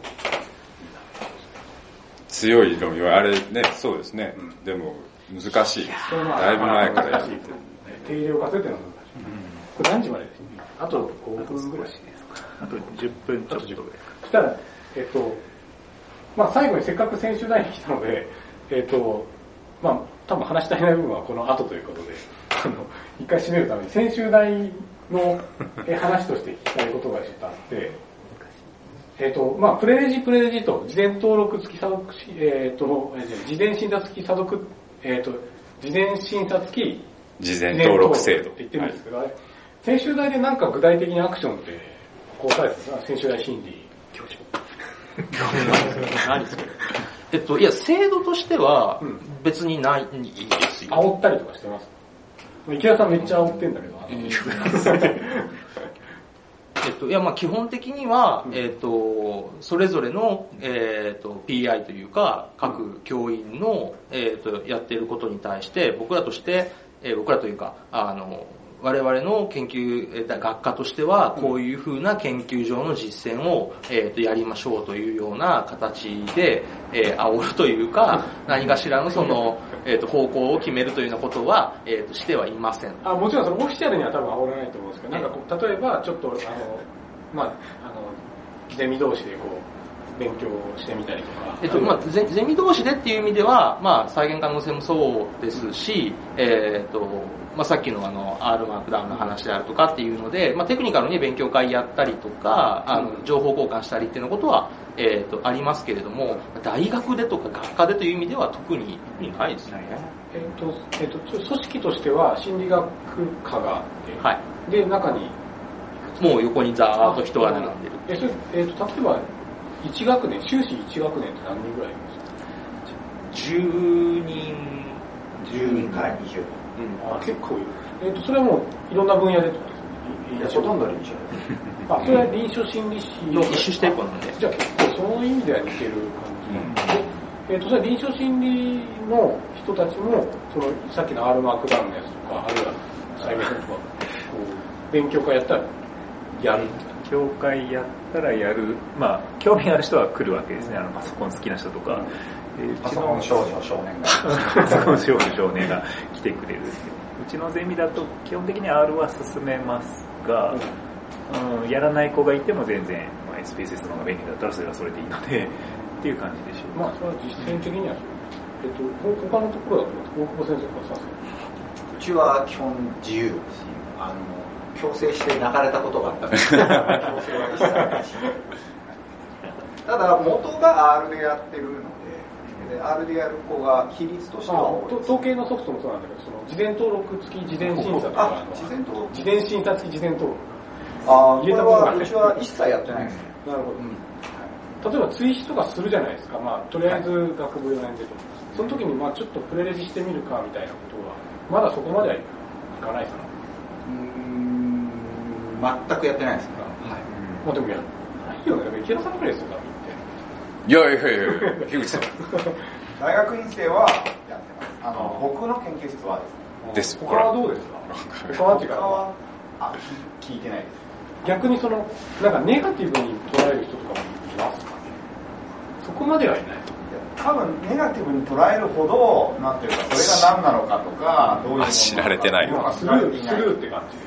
強い理論はあれね、そうですね。うん、でも難しい。だいぶ前からやってて。 定量化するっていうのは難しい。これ何時までですか？あとごふんぐらい。 あとじゅっぷんちょっとぐらい。 そしたら、えっと、まあ最後にせっかく専修大に来たので、えっと、まあ多分話したいない部分はこの後ということで、あの、一回締めるために専修大の話として聞きたいことがちょっとあって、えっ、ー、と、まあ、プレレジプレレジと、事前登録付き査読、えっ、ー、と、事前審査付き査読、えっ、ー、と、事前審査付き、 事前登録制度。 って言ってるんですけど、はい、専修大でなんか具体的にアクションって、こうされてるんですか？専修大心理教授。 何それ？えっと、いや、制度としては、別にない、うん、いいですよ。 煽ったりとかしてます？池田さんめっちゃ煽ってんだけど、 えっと、いや、まあ基本的には、えっと、それぞれの、えっと、ピーアイ というか、各教員の、えっと、やっていることに対して、僕らとして、えー、僕らというか、あの、我々の研究、学科としては、こういうふうな研究上の実践を、えっと、やりましょうというような形で、えー、煽るというか、何かしらのその、えっと、方向を決めるというようなことは、えっと、してはいません。 あ、もちろんそのオフィシャルには多分煽らないと思うんですけど、なんかこう、例えば、ちょっと、あの、まあ、あの、ゼミ同士でこう、勉強してみたりとか。 えっと、まあ、ゼゼミ同士でっていう意味では、まあ、再現可能性もそうですし、えっと、まあ、さっきのあの、R マークダウンの話であるとかっていうので、まあ、テクニカルに勉強会やったりとか、あの、情報交換したりっていうのことは、えっと、ありますけれども、大学でとか学科でという意味では特にないですね。 えっと、えっと、組織としては心理学科があって、はい。で、中に、 もう横にザーッと人が並んでる。 え、それ、えっと、例えば、いち学年、修士いち学年って何人ぐらいいますか？ じゅうにん。 じゅうにんからにじゅうにん。 うん、あ、結構いる。えっと、それはもう、いろんな分野でとかですね。 いや、ほとんど臨床。 あ、それは臨床心理士の一種してる子なんで。 じゃあ結構、その意味では似てる感じ。うん、で、えっと、それは臨床心理の人たちも、その、さっきの R マークダウンのやつとか、あるいは再現とか、こう、勉強会やったら、やる。 教会やったらやる、まあ、興味ある人は来るわけですね。あの、パソコン好きな人とか。 うん、パソコン少女少年が。 パソコン少女少年が来てくれる。うちのゼミだと、基本的に R は進めますが、うん、やらない子がいても全然、まあ、エスピーエスエス の方が便利だったらそれはそれでいいので、っていう感じでしょう。 まあ、それは実践的には、えっと、他のところだと、大久保先生からさうちは基本自由ですし、あの、強制して泣かれたことがあったんですけど、強制は一切ないし。 ただ元が R でやってるので、で R でやる子が比率としては多いです。 統計のソフトもそうなんだけど、その事前登録付き事前審査とか、 事前登録事前審査付き事前登録。 ああ、これはうちは一切やってないですね。 なるほど。うん、例えば追試とかするじゃないですか。まあとりあえず学部よねんでと。その時にまあちょっとプレレジしてみるかみたいなことはまだそこまではいかないですか。 うーん、全くやってないですね。 はい。まあでもやないよね。池田さんくらいですよ、多分って。 いやいやいやいや、樋口さん。 大学院生はやってます。あの、僕の研究室はですね。 他はどうですか？他は違う。 他は、あ、聞いてないです。 逆にその、なんかネガティブに捉える人とかもいますか？そこまではいない。 多分ネガティブに捉えるほど、なんていうか、それが何なのかとか、どういうものなのか知られてないよ。 スルー、スルーって感じで。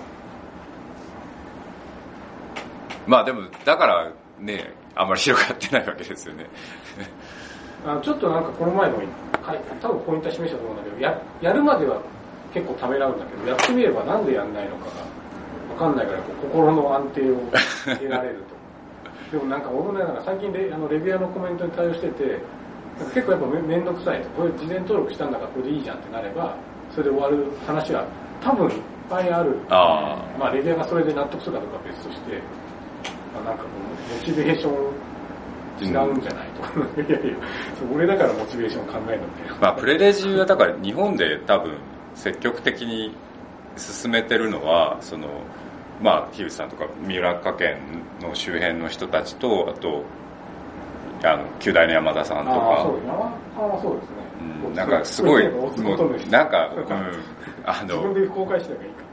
まあでも、だからね、あんまり広がってないわけですよね。 あのちょっとなんかこの前も多分ポイント示したと思うんだけど、ややるまでは結構ためらうんだけど、やってみればなんでやんないのかが分かんないから、こう心の安定を得られると。でもなんか俺もね、なんか最近レあのレビュアーのコメントに対応してて、なんか結構やっぱ め, めんどくさいと、これ事前登録したんだからこれでいいじゃんってなれば、それで終わる話は多分いっぱいある。 あまあレビュアーがそれで納得するかどうかは別として、まあ、なんかこうモチベーション違うんじゃないとか、うん、いやいや、俺だからモチベーション考えるんだよ。 まあプレレジはだから日本で多分積極的に進めてるのは、そのまあ樋口さんとか三浦科研の周辺の人たちと、あとあの九大の山田さんとか、 あそう山田はそうですね。 うん、なんかすごいもうなんか、うん、あの自分で公開してもいいか。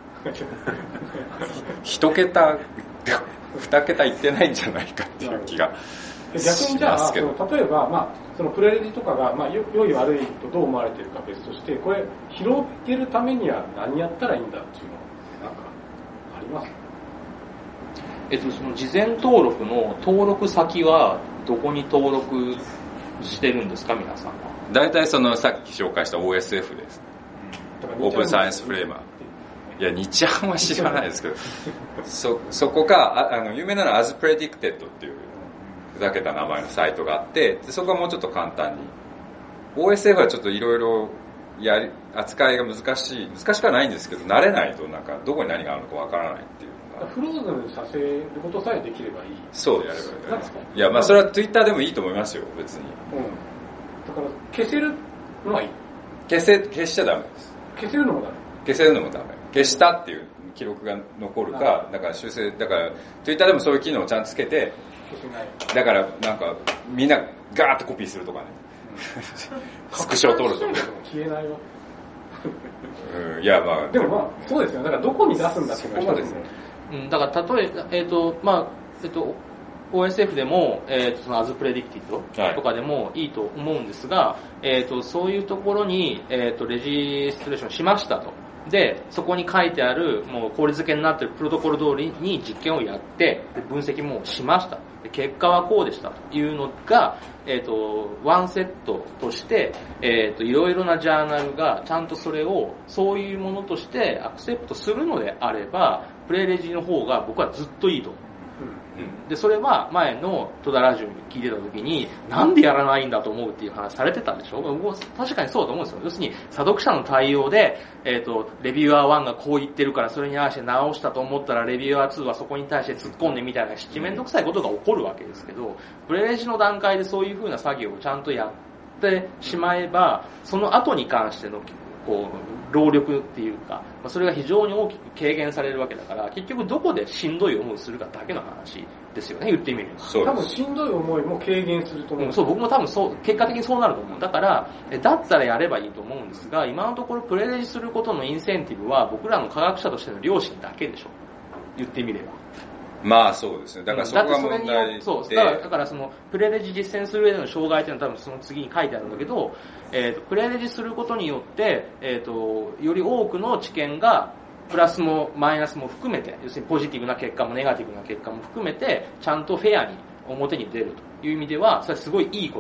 一桁二桁いってないんじゃないかっていう気が逆にじゃあその例えば、まあ、そのプレレジとかが、まあ、良い悪いとどう思われているか別として、これ広げるためには何やったらいいんだっていうのなんかありますか？ えっと、その事前登録の登録先はどこに登録してるんですか、皆さんは。 大体そのさっき紹介した オーエスエフ です、うん、オープンサイエンスフレーム。いや、日ハンは知らないですけど、そ、そこか、ああの、有名なのは As Predicted っていう、ふざけた名前のサイトがあって、でそこはもうちょっと簡単に。オーエスエフ はちょっといろいろ、やり、扱いが難しい、難しくはないんですけど、慣れないとなんか、どこに何があるのかわからないっていうのが。 フローズンにさせることさえできればいい。 そうやればいいじゃないですか。いや、まあそれは Twitter でもいいと思いますよ、別に。 うん。だから、消せるのはいい。 消せ、消しちゃダメです。 消せるのもダメ。 消せるのもダメ。消したっていう記録が残るか、だから修正、だから Twitter でもそういう機能をちゃんとつけて、だからなんかみんなガーッとコピーするとかね、うん、スクショを取るとか消えないわ。 うん、いやまあでもまあそうですよ。だからどこに出すんだっていうのはですね。 うん、だから例えばえっ、ー、とまあえっ、ー、とオーエスエフ でも、えー、とその As Predicted とかでもいいと思うんですが、はい、えー、とそういうところに、えー、とレジストレーションしましたと。で、そこに書いてある、もう効率付けになっているプロトコル通りに実験をやって、で分析もしました。で結果はこうでしたというのが、えっ、ー、と、ワンセットとして、えっ、ー、と、いろいろなジャーナルがちゃんとそれを、そういうものとしてアクセプトするのであれば、プレレジの方が僕はずっといいと。で、それは前の戸田ラジオに聞いてた時に、なんでやらないんだと思うっていう話されてたでしょ。確かにそうだと思うんですよ。要するに、査読者の対応で、えっと、レビュアーワンがこう言ってるから、それに合わせて直したと思ったら、レビュアーツーはそこに対して突っ込んでみたいな、七面倒くさいことが起こるわけですけど、プレレジの段階でそういう風な作業をちゃんとやってしまえば、その後に関しての、こう、労力っていうか、それが非常に大きく軽減されるわけだから、結局どこでしんどい思いをするかだけの話ですよね、言ってみると。 多分しんどい思いも軽減すると思う、 うん、そう、僕も多分そう、結果的にそうなると思う。だから、だったらやればいいと思うんですが、今のところプレレジすることのインセンティブは僕らの科学者としての良心だけでしょ。言ってみれば。 まあそうですね。だからそこが問題で。 そう。だから、だからその、プレレジ実践する上での障害というのは多分その次に書いてあるんだけど、えっと、プレレジすることによって、えっと、より多くの知見が、プラスもマイナスも含めて、要するにポジティブな結果もネガティブな結果も含めて、ちゃんとフェアに表に出るという意味では、それはすごいいいこと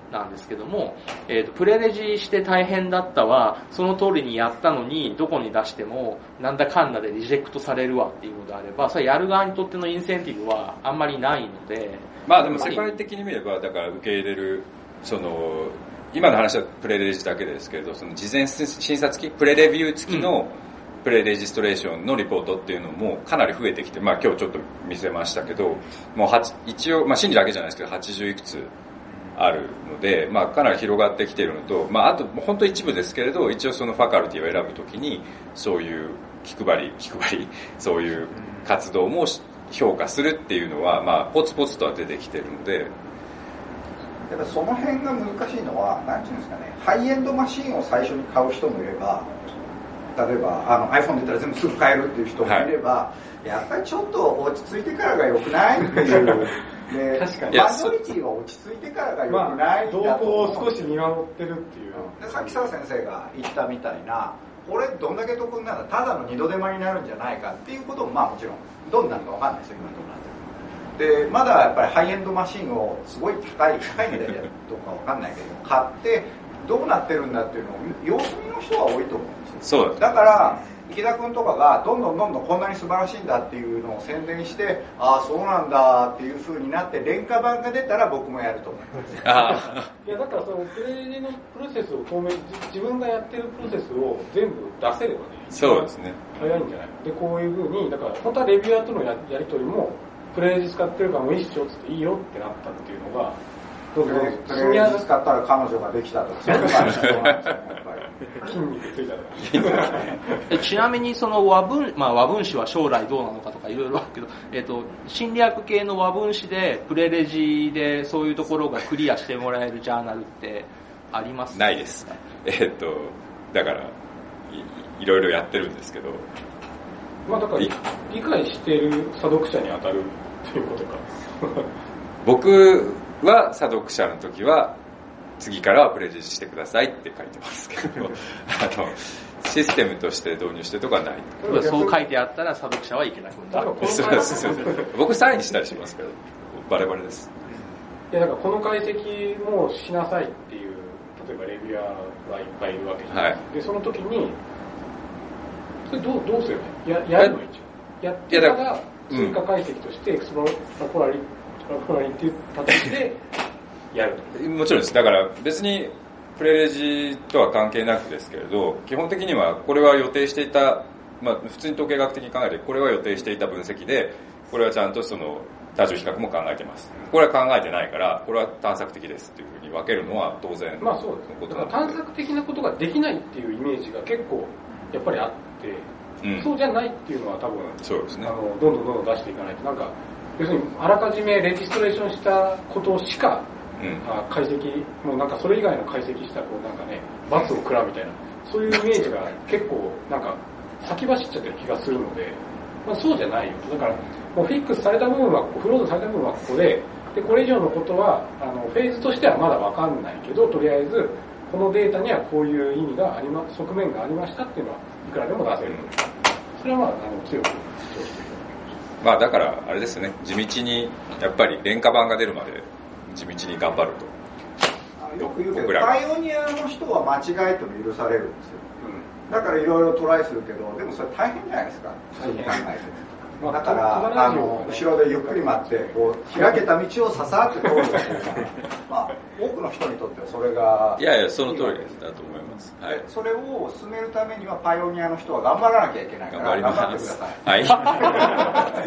なんですけども、えーと、プレレジして大変だったは、その通りにやったのに、どこに出しても、なんだかんだでリジェクトされるわっていうのであれば、それやる側にとってのインセンティブはあんまりないので。 まあでも世界的に見れば、だから受け入れる、その、今の話はプレレジだけですけれど、その事前審査付き、プレレビュー付きのプレレジストレーションのリポートっていうのもかなり増えてきて、まあ今日ちょっと見せましたけど、もう一応、まあ心理だけじゃないですけど、はちじゅういくつあるので、まあかなり広がってきているのと、まああと本当一部ですけれど、一応そのファカルティを選ぶときに、そういう気配り、気配り、そういう活動も評価するっていうのは、まあポツポツとは出てきているので、 やっぱその辺が難しいのは、なんていうんですかね、ハイエンドマシンを最初に買う人もいれば、例えばあの iPhone で言ったら全部すぐ買えるっていう人もいれば、はい、やっぱりちょっと落ち着いてからが良くないっていうで、確かにマジョリティは落ち着いてからが良くないんだと、 まあ、動向を少し見守ってるっていう、 でさっき澤先生が言ったみたいな、これどんだけ得になるんだ、ただの二度手間になるんじゃないかっていうことも、まあもちろんどうになるか分かんないですよ、今どうなってるで、まだやっぱりハイエンドマシンをすごい高い、高い値段でどうかわかんないけど、買って、どうなってるんだっていうのを、様子見の人は多いと思うんですよ。 そうです。 だから、池田君とかが、どんどんどんどんこんなに素晴らしいんだっていうのを宣伝して、ああ、そうなんだっていう風になって、廉価版が出たら僕もやると思います。 あいや、だからそのプレレジのプロセスを透明、自分がやってるプロセスを全部出せればね、 そうですね。 早いんじゃないで、こういう風に、だから本当はレビュアーとの や, やり取りも、プレレジ使ってるからもう一緒っつっていいよってなったっていうのが、 どんどんプレレジ使ったら彼女ができたとか、そういうのがあるんですよ、やっぱり。 筋肉ついたとか。 ちなみにその和文、まあ和分子は将来どうなのかとかいろいろあるけど、えっと、心理学系の和分子でプレレジでそういうところがクリアしてもらえるジャーナルってありますか？ ないです。えー、っと、だからい、いろいろやってるんですけど、 まあだから理解している査読者に当たるということか。 僕は査読者の時は次からはプレゼンしてくださいって書いてますけど、あのシステムとして導入してるとかはない。 そう書いてあったら査読者はいけなくなる。 そうです。僕サインしたりしますけど、バレバレです。 いやだからこの解析もしなさいっていう例えばレビュアーはいっぱいいるわけじゃないですか。はい、でその時にそれどうどうすればいい？ややるの一応やってから追加解析としてエクスプロララリララリっていう形でやると。 もちろんです。だから別にプレレジとは関係なくですけれど、基本的にはこれは予定していた、まあ普通に統計学的に考えてこれは予定していた分析で、これはちゃんとその多重比較も考えてます。これは考えてないから、これは探索的ですっていうふうに分けるのは当然のことなので。 まあそうですね。だから探索的なことができないっていうイメージが結構やっぱりあって、うん、そうじゃないっていうのは多分そうですね。 あのどんどんどんどん出していかないと、なんか要するにあらかじめレジストレーションしたことしか、うん、あ解析もうなんかそれ以外の解析したらこうなんかね罰を食らうみたいなそういうイメージが結構なんか先走っちゃってる気がするので、まあ、そうじゃないよ。だからもうフィックスされた部分はフロードされた部分はここで、でこれ以上のことはあのフェーズとしてはまだ分かんないけど、とりあえずこのデータにはこういう意味がありま側面がありましたっていうのはいくらでも出せる。それはまああの強く主張している。 まあだからあれですね、地道にやっぱり廉価版が出るまで地道に頑張ると。 よく言うけどパイオニアの人は間違えても許されるんですよ、うん、だからいろいろトライするけど、でもそれ大変じゃないですか普通に考えてだからあの後ろでゆっくり待ってこう開けた道をささって通るっていうかまあ多くの人にとってはそれがいやいやその通りだと思います、 はい、それを進めるためにはパイオニアの人は頑張らなきゃいけないから頑張ってください。 はい。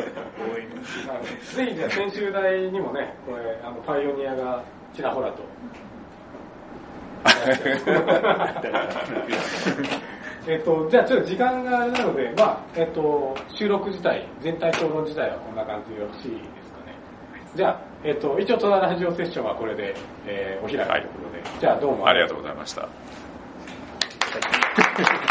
ぜひじゃあ専修大にもねこれあのパイオニアがちらほらとえっとじゃあちょっと時間があれなので、まあえっと収録自体全体討論自体はこんな感じでよろしいですかね。じゃあえっと一応戸田ラジオセッションはこれで、えー、お開きということで、はい、じゃあどうもありがとうございました。